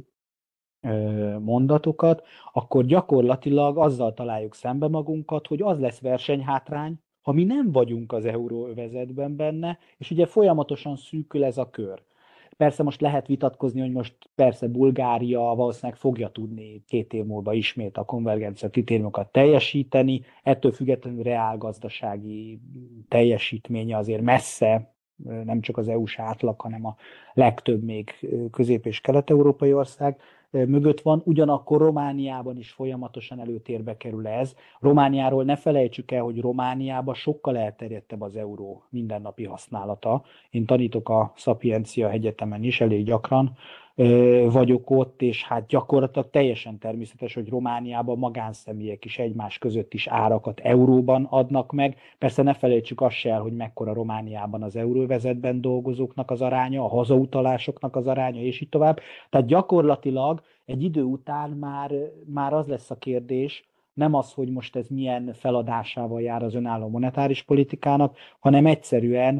mondatokat, akkor gyakorlatilag azzal találjuk szembe magunkat, hogy az lesz versenyhátrány, ha mi nem vagyunk az euróövezetben benne, és ugye folyamatosan szűkül ez a kör. Persze most lehet vitatkozni, hogy most persze Bulgária valószínűleg fogja tudni 2 év múlva ismét a konvergencia kritériumokat teljesíteni, ettől függetlenül reálgazdasági teljesítménye azért messze, nem csak az EU-s átlag, hanem a legtöbb még közép- és kelet-európai ország mögött van, ugyanakkor Romániában is folyamatosan előtérbe kerül ez. Romániáról ne felejtsük el, hogy Romániában sokkal elterjedtebb az euró mindennapi használata. Én tanítok a Szapiencia Egyetemen is, elég gyakran vagyok ott, és hát gyakorlatilag teljesen természetes, hogy Romániában magánszemélyek is egymás között is árakat euróban adnak meg. Persze ne felejtsük azt se el, hogy mekkora Romániában az euróövezetben dolgozóknak az aránya, a hazautalásoknak az aránya, és így tovább. Tehát gyakorlatilag egy idő után már az lesz a kérdés, nem az, hogy most ez milyen feladásával jár az önálló monetáris politikának, hanem egyszerűen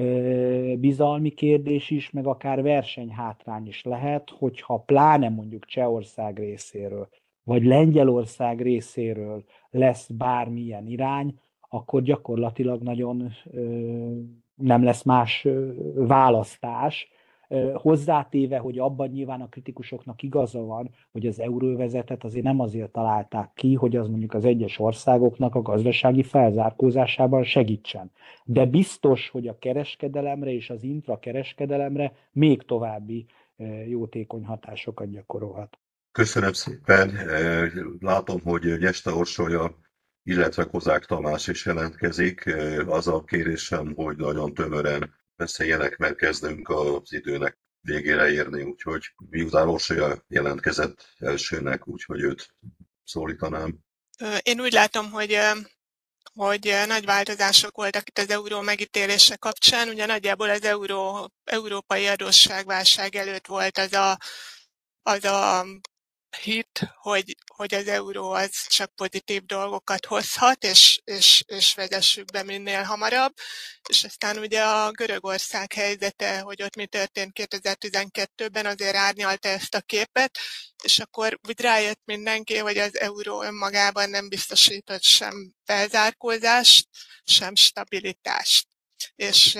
bizalmi kérdés is, meg akár versenyhátrány is lehet, hogyha pláne mondjuk Csehország részéről, vagy Lengyelország részéről lesz bármilyen irány, akkor gyakorlatilag nagyon nem lesz más választás, hozzátéve, hogy abban nyilván a kritikusoknak igaza van, hogy az euróövezetet azért nem azért találták ki, hogy az mondjuk az egyes országoknak a gazdasági felzárkózásában segítsen. De biztos, hogy a kereskedelemre és az intrakereskedelemre még további jótékony hatásokat gyakorolhat. Köszönöm szépen. Látom, hogy Nyeste Orsolya, illetve Kozák Tamás is jelentkezik. Az a kérésem, hogy nagyon tömören beszéljenek, mert kezdünk az időnek végére érni, úgyhogy miután Orsolya jelentkezett elsőnek, úgyhogy őt szólítanám. Én úgy látom, hogy nagy változások voltak itt az euró megítélése kapcsán. Ugye nagyjából az európai adósságválság előtt volt az a hit, hogy az euró az csak pozitív dolgokat hozhat, és vezessük be minél hamarabb. És aztán ugye a Görögország helyzete, hogy ott mi történt 2012-ben, azért árnyalta ezt a képet, és akkor úgy rájött mindenki, hogy az euró önmagában nem biztosított sem felzárkózást, sem stabilitást. És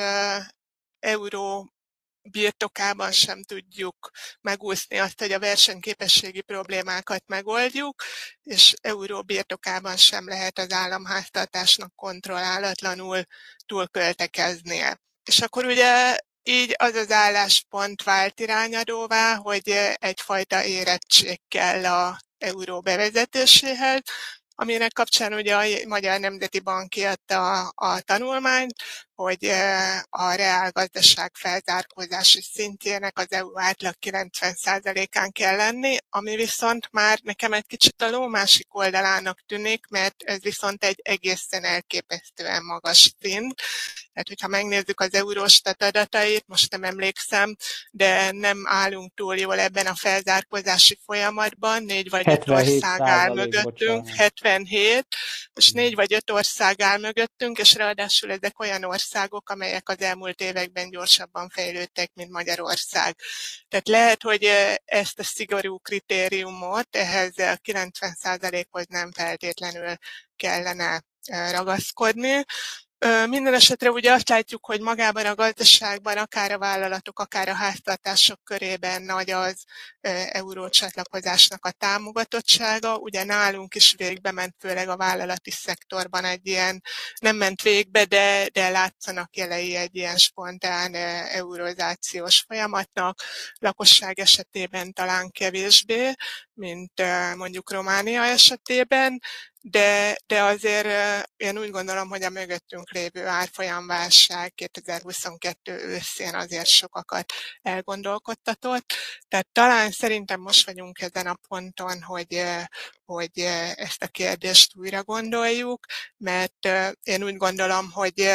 euró birtokában sem tudjuk megúszni azt, hogy a versenyképességi problémákat megoldjuk, és euró birtokában sem lehet az államháztartásnak kontrollálatlanul túlköltekeznie. És akkor ugye így az az álláspont vált irányadóvá, hogy egyfajta érettség kell az euró bevezetéséhez, aminek kapcsán ugye a Magyar Nemzeti Bank kiadta a tanulmányt, hogy a reálgazdaság felzárkózási szintjének az EU átlag 90%-án kell lenni, ami viszont már nekem egy kicsit a ló másik oldalának tűnik, mert ez viszont egy egészen elképesztően magas szint. Tehát, hogyha megnézzük az Eurostat adatait, most nem emlékszem, de nem állunk túl jól ebben a felzárkózási folyamatban, 4 vagy 5 ország áll mögöttünk, 77, és 4 vagy 5 ország áll mögöttünk, és ráadásul ezek olyan országok, amelyek az elmúlt években gyorsabban fejlődtek, mint Magyarország. Tehát lehet, hogy ezt a szigorú kritériumot ehhez a 90%-hoz nem feltétlenül kellene ragaszkodni. Minden esetre ugye azt látjuk, hogy magában a gazdaságban, akár a vállalatok, akár a háztartások körében nagy az eurócsatlakozásnak a támogatottsága. Ugye nálunk is végbe ment, főleg a vállalati szektorban egy ilyen, nem ment végbe, de látszanak jelei egy ilyen spontán eurozációs folyamatnak. Lakosság esetében talán kevésbé, mint mondjuk Románia esetében, de azért én úgy gondolom, hogy a mögöttünk lévő árfolyamválság 2022 őszén azért sokakat elgondolkodtatott. Tehát talán szerintem most vagyunk ezen a ponton, hogy ezt a kérdést újra gondoljuk, mert én úgy gondolom,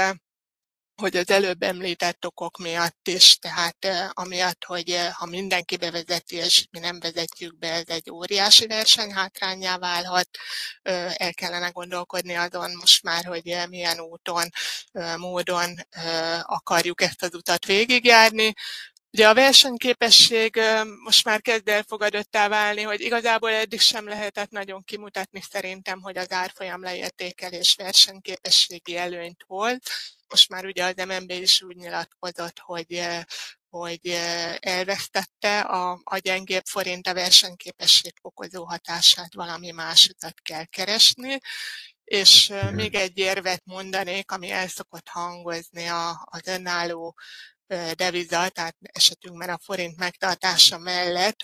hogy az előbb említett okok miatt is, tehát amiatt, hogy ha mindenki bevezeti, és mi nem vezetjük be, ez egy óriási versenyhátránnyá válhat. El kellene gondolkodni azon most már, hogy milyen úton, módon akarjuk ezt az utat végigjárni. Ugye a versenyképesség most már kezd elfogadottá válni, hogy igazából eddig sem lehetett nagyon kimutatni szerintem, hogy az árfolyam leértékelés versenyképességi előnyt volt. Most már ugye az MNB is úgy nyilatkozott, hogy elvesztette a gyengébb forint a versenyképesség fokozó hatását, valami más utat kell keresni. És még egy érvet mondanék, ami el szokott hangozni az önálló deviza, tehát esetünkben a forint megtartása mellett,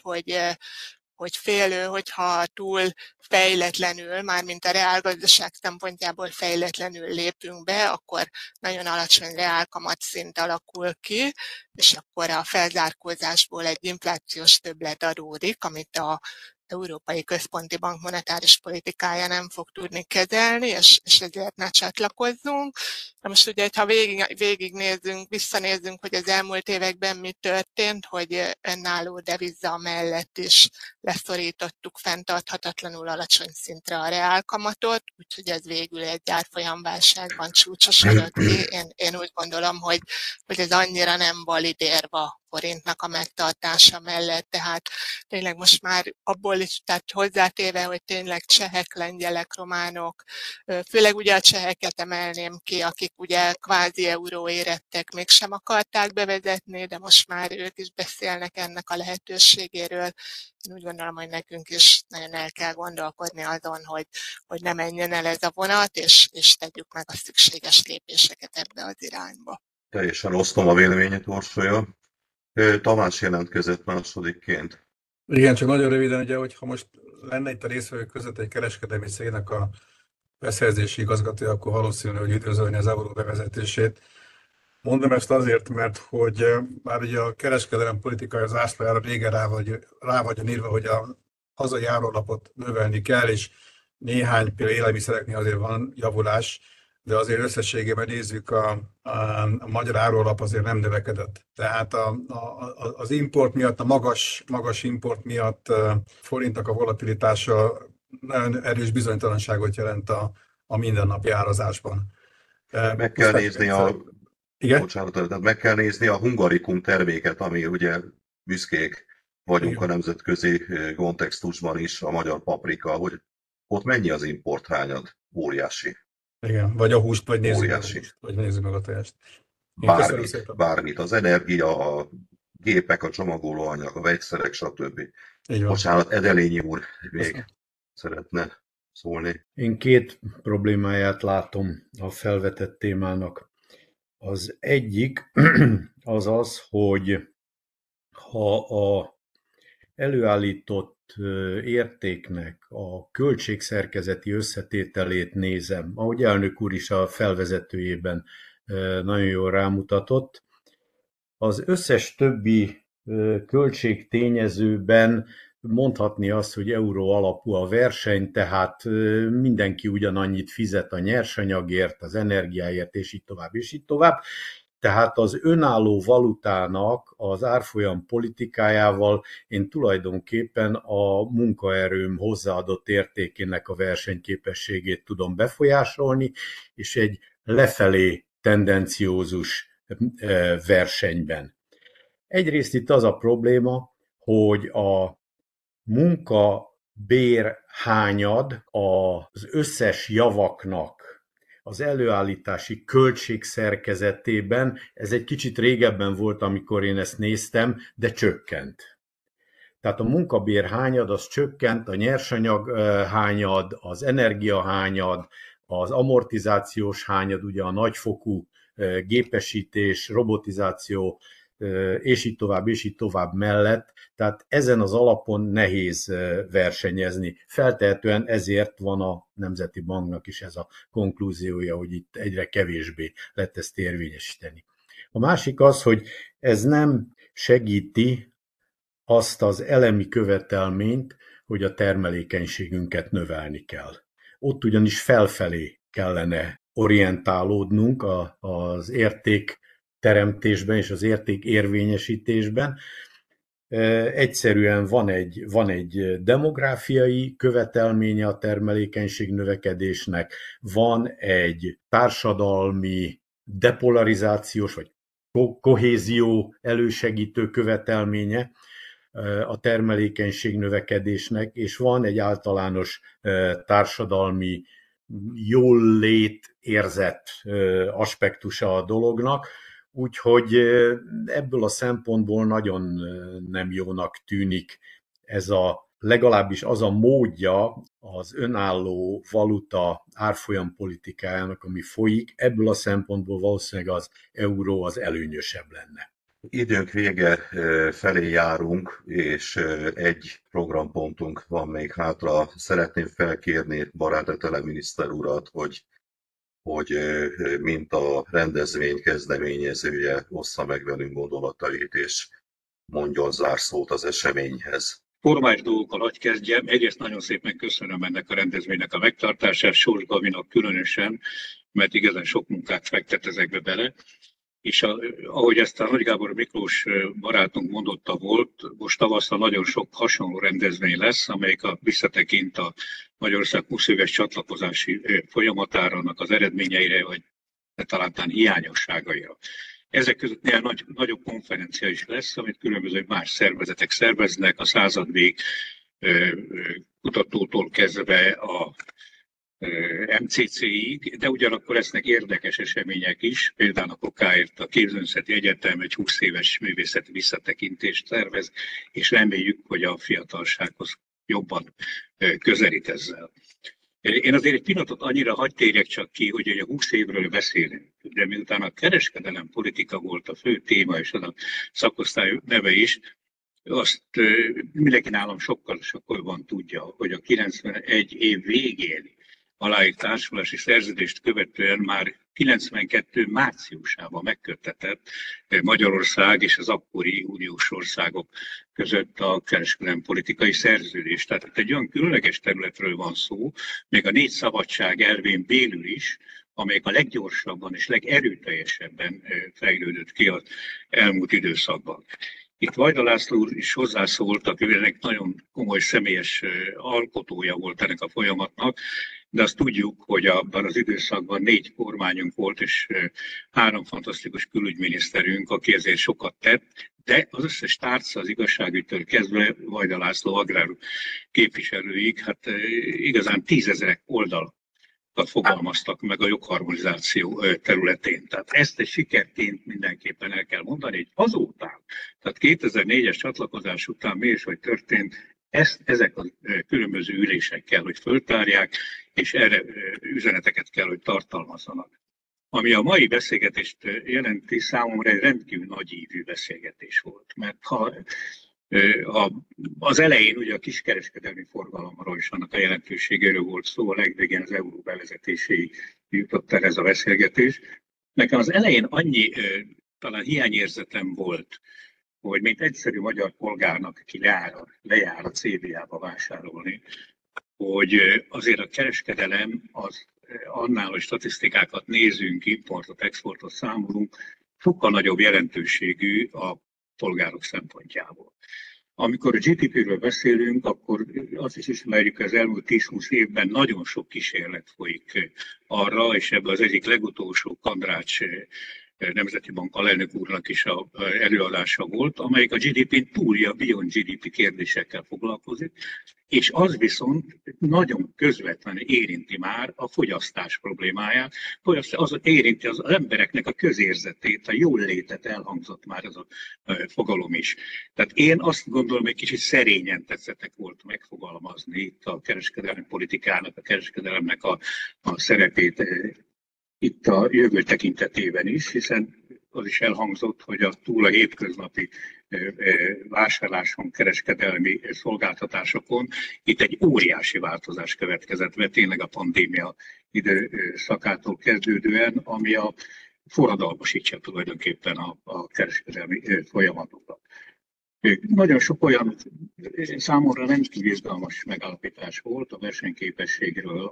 hogy félő, hogyha túl fejletlenül, mármint a reálgazdaság szempontjából fejletlenül lépünk be, akkor nagyon alacsony reálkamatszint alakul ki, és akkor a felzárkózásból egy inflációs többlet adódik, amit a Európai Központi Bank monetáris politikája nem fog tudni kezelni, és ezért ne csatlakozzunk. Na most ugye, ha végignézzünk, visszanézzünk, hogy az elmúlt években mi történt, hogy önálló deviza mellett is leszorítottuk fenntarthatatlanul alacsony szintre a reálkamatot, úgyhogy ez végül egy árfolyamválságban csúcsosodott ki. Én úgy gondolom, hogy ez annyira nem valid érv a forintnak a megtartása mellett, tehát tényleg most már abból is, tehát hozzátéve, hogy tényleg csehek, lengyelek, románok, főleg ugye a cseheket emelném ki, akik ugye kvázi euró érettek, mégsem akarták bevezetni, de most már ők is beszélnek ennek a lehetőségéről. Én úgy gondolom, hogy nekünk is nagyon el kell gondolkodni azon, hogy ne menjen el ez a vonat, és tegyük meg a szükséges lépéseket ebbe az irányba. Teljesen osztom a véleményet, Orsolya. Tamás jelentkezett másodikként. Igen, csak nagyon röviden, ugye, hogyha most lenne itt a részvevők között egy kereskedelmi cégnek a beszerzési igazgatója, akkor valószínű, hogy üdvözölni az euró bevezetését. Mondom ezt azért, mert hogy már ugye a kereskedelem politikai zászlajára régen rá vagyon írva, hogy a hazai árólapot növelni kell, és néhány például élelmiszereknél azért van javulás, de azért összességében nézzük, a magyar árólap azért nem növekedett. Tehát az import miatt, a magas import miatt forintnak a volatilitása nagyon erős bizonytalanságot jelent a mindennapi árazásban. Meg kell nézni meg kell nézni a hungarikum terméket, ami ugye büszkék vagyunk a nemzetközi kontextusban is, a magyar paprika, hogy ott mennyi az importhányad? Óriási. Igen, vagy a húst, vagy nézzük meg a tojást. Bármit. Az energia, a gépek, a csomagolóanyag, a vegyszerek, stb. Bocsánat, Edelényi úr még szeretne szólni. Én két problémáját látom a felvetett témának. Az egyik az az, hogy ha a előállított értéknek a költségszerkezeti összetételét nézem, ahogy elnök úr is a felvezetőjében nagyon jól rámutatott, az összes többi költségtényezőben mondhatni azt, hogy euró alapú a verseny, tehát mindenki ugyanannyit fizet a nyersanyagért, az energiáért, és így tovább, és így tovább. Tehát az önálló valutának az árfolyam politikájával én tulajdonképpen a munkaerőm hozzáadott értékének a versenyképességét tudom befolyásolni, és egy lefelé tendenciózus versenyben. Egyrészt itt az a probléma, hogy a munkabérhányad az összes javaknak az előállítási költség szerkezetében, ez egy kicsit régebben volt, amikor én ezt néztem, de csökkent. Tehát a munkabérhányad az csökkent, a nyersanyag hányad, az energiahányad, az amortizációs hányad, ugye a nagyfokú gépesítés, robotizáció, és így tovább mellett, tehát ezen az alapon nehéz versenyezni. Feltehetően ezért van a Nemzeti Banknak is ez a konklúziója, hogy itt egyre kevésbé lehet ezt érvényesíteni. A másik az, hogy ez nem segíti azt az elemi követelményt, hogy a termelékenységünket növelni kell. Ott ugyanis felfelé kellene orientálódnunk az érték teremtésben és az érték érvényesítésben. Egyszerűen van egy demográfiai követelménye a termelékenység növekedésnek, van egy társadalmi depolarizációs vagy kohézió elősegítő követelménye a termelékenység növekedésnek, és van egy általános társadalmi jólét érzet aspektusa a dolognak, úgyhogy ebből a szempontból nagyon nem jónak tűnik ez legalábbis az a módja az önálló valuta árfolyam politikájának, ami folyik, ebből a szempontból valószínűleg az euró az előnyösebb lenne. Időnk vége felé járunk, és egy programpontunk van még hátra. Szeretném felkérni Barát Etele miniszter urat, hogy mint a rendezvény kezdeményezője ossza meg velünk gondolatait, és mondjon zárszót az eseményhez. Formális dolgokkal hadd kezdjem. Egyrészt nagyon szépen köszönöm ennek a rendezvénynek a megtartását, Sós Gabinak különösen, mert igazán sok munkát fektet ezekbe bele. És ahogy ezt a Nagy Gábor Miklós barátunk mondotta volt, most tavasszal nagyon sok hasonló rendezvény lesz, amelyik visszatekint a Magyarország 20 éves csatlakozási folyamatára, annak az eredményeire, vagy talán hiányosságaira. Ezek között néhány nagyobb konferencia is lesz, amit különböző más szervezetek szerveznek, a századvég kutatótól kezdve a MCC-ig, de ugyanakkor lesznek érdekes események is, például a Kokáért a Képzőművészeti Egyetem egy 20 éves művészeti visszatekintést tervez, és reméljük, hogy a fiatalsághoz jobban közelít ezzel. Én azért egy pillanatot annyira hadd térjek csak ki, hogy a 20 évről beszélünk, de miután a kereskedelem politika volt a fő téma, és az a szakosztály neve is, azt mindenki nálam sokkal jobban tudja, hogy a 91 év végén aláírt társulási szerződést követően már 92. márciusában megköttetett Magyarország és az akkori uniós országok között a kereskedelmi politikai szerződés. Tehát egy olyan különleges területről van szó, még a 4 szabadság elvén belül is, amelyik a leggyorsabban és legerőteljesebben fejlődött ki az elmúlt időszakban. Itt Vajda László úr is hozzászólt, akinek nagyon komoly személyes alkotója volt ennek a folyamatnak, de azt tudjuk, hogy abban az időszakban 4 kormányunk volt, és 3 fantasztikus külügyminiszterünk, aki ezért sokat tett, de az összes tárca az igazságügytől kezdve Vajda László agrár képviselőig, hát igazán 10 000 oldal fogalmaztak meg a jogharmonizáció területén. Tehát ezt egy sikerként mindenképpen el kell mondani, hogy azután, tehát 2004-es csatlakozás után mi is, hogy történt, ezek a különböző ülések kell, hogy föltárják, és erre üzeneteket kell, hogy tartalmazzanak. Ami a mai beszélgetést jelenti, számomra egy rendkívül nagyívű beszélgetés volt, mert ha az elején ugye a kiskereskedelmi forgalomról is annak a jelentőségéről volt szó, a legvégén az euró bevezetéséig jutott el ez a beszélgetés. Nekem az elején annyi talán hiányérzetem volt, hogy mint egyszerű magyar polgárnak, aki lejár a CBA-ba vásárolni, hogy azért a kereskedelem az annál, hogy statisztikákat nézünk, importot, exportot számolunk, sokkal nagyobb jelentőségű a polgárok szempontjából. Amikor a GDP-ről beszélünk, akkor azt is ismerjük, hogy az elmúlt 10-20 évben nagyon sok kísérlet folyik arra, és ebben az egyik legutolsó Kandrács Nemzeti Bank alelnök úrnak is a előadása volt, amelyik a GDP-n túli, a Beyond GDP kérdésekkel foglalkozik, és az viszont nagyon közvetlenül érinti már a fogyasztás problémáját, az érinti az embereknek a közérzetét, a jól létet, elhangzott már ez a fogalom is. Tehát én azt gondolom, hogy kicsit szerényen tetszettek volt megfogalmazni itt a kereskedelmi politikának, a kereskedelemnek a szerepét itt a jövő tekintetében is, hiszen az is elhangzott, hogy túl a hétköznapi vásárláson, kereskedelmi szolgáltatásokon itt egy óriási változás következett, mert tényleg a pandémia időszakától kezdődően, ami forradalmasítja tulajdonképpen a kereskedelmi folyamatokat. Nagyon sok olyan számomra rendkívül izgalmas megállapítás volt a versenyképességről,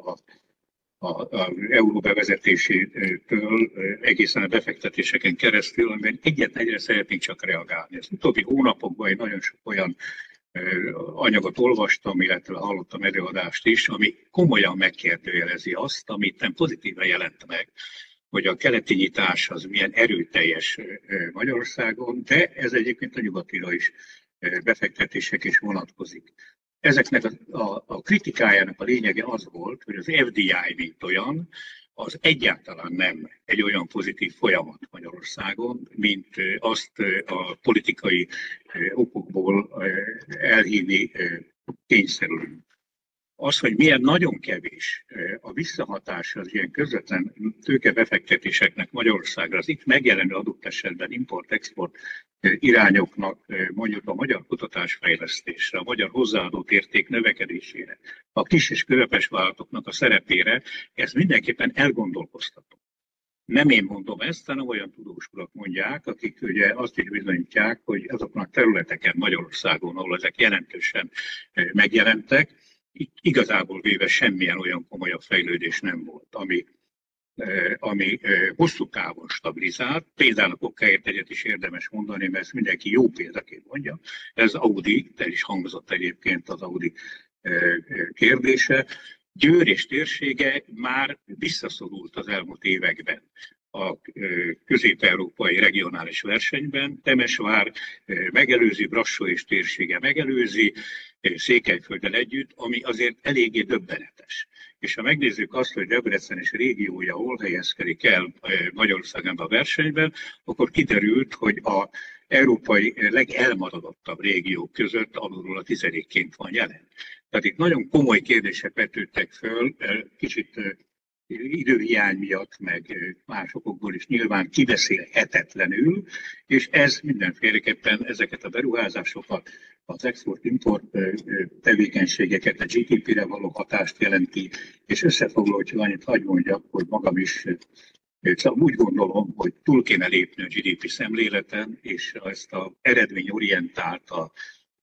az euró bevezetésétől egészen a befektetéseken keresztül, amiben egyre szeretnénk csak reagálni. Az utóbbi hónapokban én nagyon sok olyan anyagot olvastam, illetve hallottam előadást is, ami komolyan megkérdőjelezi azt, amit nem pozitívan jelent meg, hogy a keleti nyitás az milyen erőteljes Magyarországon, de ez egyébként a nyugatira is befektetések is vonatkozik. Ezeknek a kritikájának a lényege az volt, hogy az FDI mint olyan, az egyáltalán nem egy olyan pozitív folyamat Magyarországon, mint azt a politikai okokból elhívni kényszerülünk. Az, hogy milyen nagyon kevés a visszahatás az ilyen közvetlen tőkebefektetéseknek Magyarországra, az itt megjelenő adott esetben import-export irányoknak, mondjuk a magyar kutatásfejlesztésre, a magyar hozzáadott érték növekedésére, a kis és közepes vállalatoknak a szerepére, ez mindenképpen elgondolkoztató. Nem én mondom ezt, hanem olyan tudós urak mondják, akik ugye azt is bizonyítják, hogy azoknak a területeken Magyarországon, ahol ezek jelentősen megjelentek, itt igazából véve semmilyen olyan komolyabb fejlődés nem volt, ami hosszú távon stabilizált. Például a kokkáért egyet is érdemes mondani, mert ezt mindenki jó példaként mondja. Ez Audi, el is hangzott egyébként az Audi kérdése. Győr és térsége már visszaszorult az elmúlt években a közép-európai regionális versenyben. Temesvár megelőzi, Brassó és térsége megelőzi, Székelyfölddel együtt, ami azért eléggé döbbenetes. És ha megnézzük azt, hogy Debrecen és régiója hol helyezkedik el Magyarországon a versenyben, akkor kiderült, hogy az európai legelmaradottabb régiók között alulról a 10-ként van jelen. Tehát itt nagyon komoly kérdések vetődtek föl, kicsit időhiány miatt, meg másokból is nyilván kibeszélhetetlenül, és ez mindenféleképpen ezeket a beruházásokat, az export-import tevékenységeket, a GDP-re való hatást jelenti, és összefoglaló, hogy annyit hagy mondjak, hogy magam is úgy gondolom, hogy túl kéne lépni a GDP szemléleten, és ezt az eredményorientált,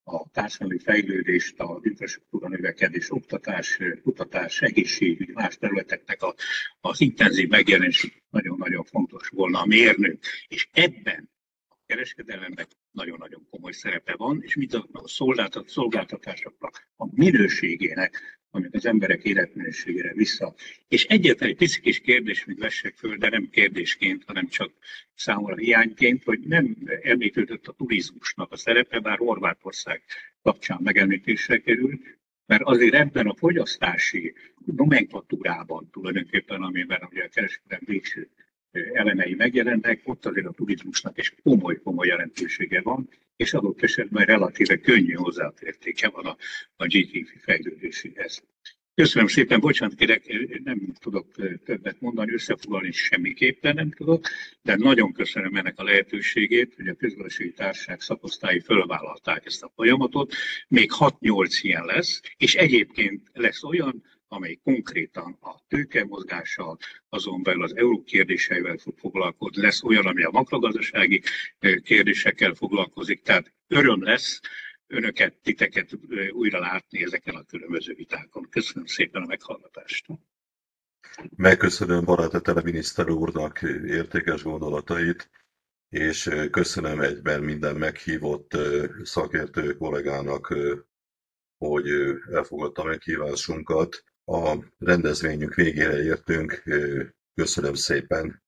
a társadalmi fejlődést, az infrastruktúra növekedés, oktatás, kutatás, egészségügy, más területeknek az intenzív megjelenése nagyon-nagyon fontos volna a mérnök. És ebben a kereskedelemnek nagyon-nagyon komoly szerepe van, és mint a szolgáltatásoknak a minőségének, amit az emberek életminőségére vissza. És egyetlen egy pici kis kérdés, mint vessek föl, de nem kérdésként, hanem csak számomra hiányként, hogy nem említődött a turizmusnak a szerepe, bár Horvátország kapcsán megemlítésre került, mert azért ebben a fogyasztási nomenklatúrában tulajdonképpen, amiben ugye a kereskedelem végső elemei megjelennek, ott azért a turizmusnak is komoly jelentősége van, és adott esetben relatíve könnyű hozzáértéke van a GDP fejlődéséhez. Köszönöm szépen, bocsánat kérek, nem tudok többet mondani, összefoglalni semmiképpen nem tudok, de nagyon köszönöm ennek a lehetőségét, hogy a közgazdasági társaság szakosztályi fölvállalták ezt a folyamatot, még 6-8 ilyen lesz, és egyébként lesz olyan, amely konkrétan a tőkemozgással, azon belül az euró kérdéseivel fog foglalkozni, lesz olyan, ami a makrogazdasági kérdésekkel foglalkozik, tehát öröm lesz önöket, titeket újra látni ezeken a különböző vitákon. Köszönöm szépen a meghallgatást. Megköszönöm Baratetele miniszter úrnak értékes gondolatait, és köszönöm egyben minden meghívott szakértő kollégának, hogy elfogadta meghívásunkat. A rendezvényünk végére értünk. Köszönöm szépen.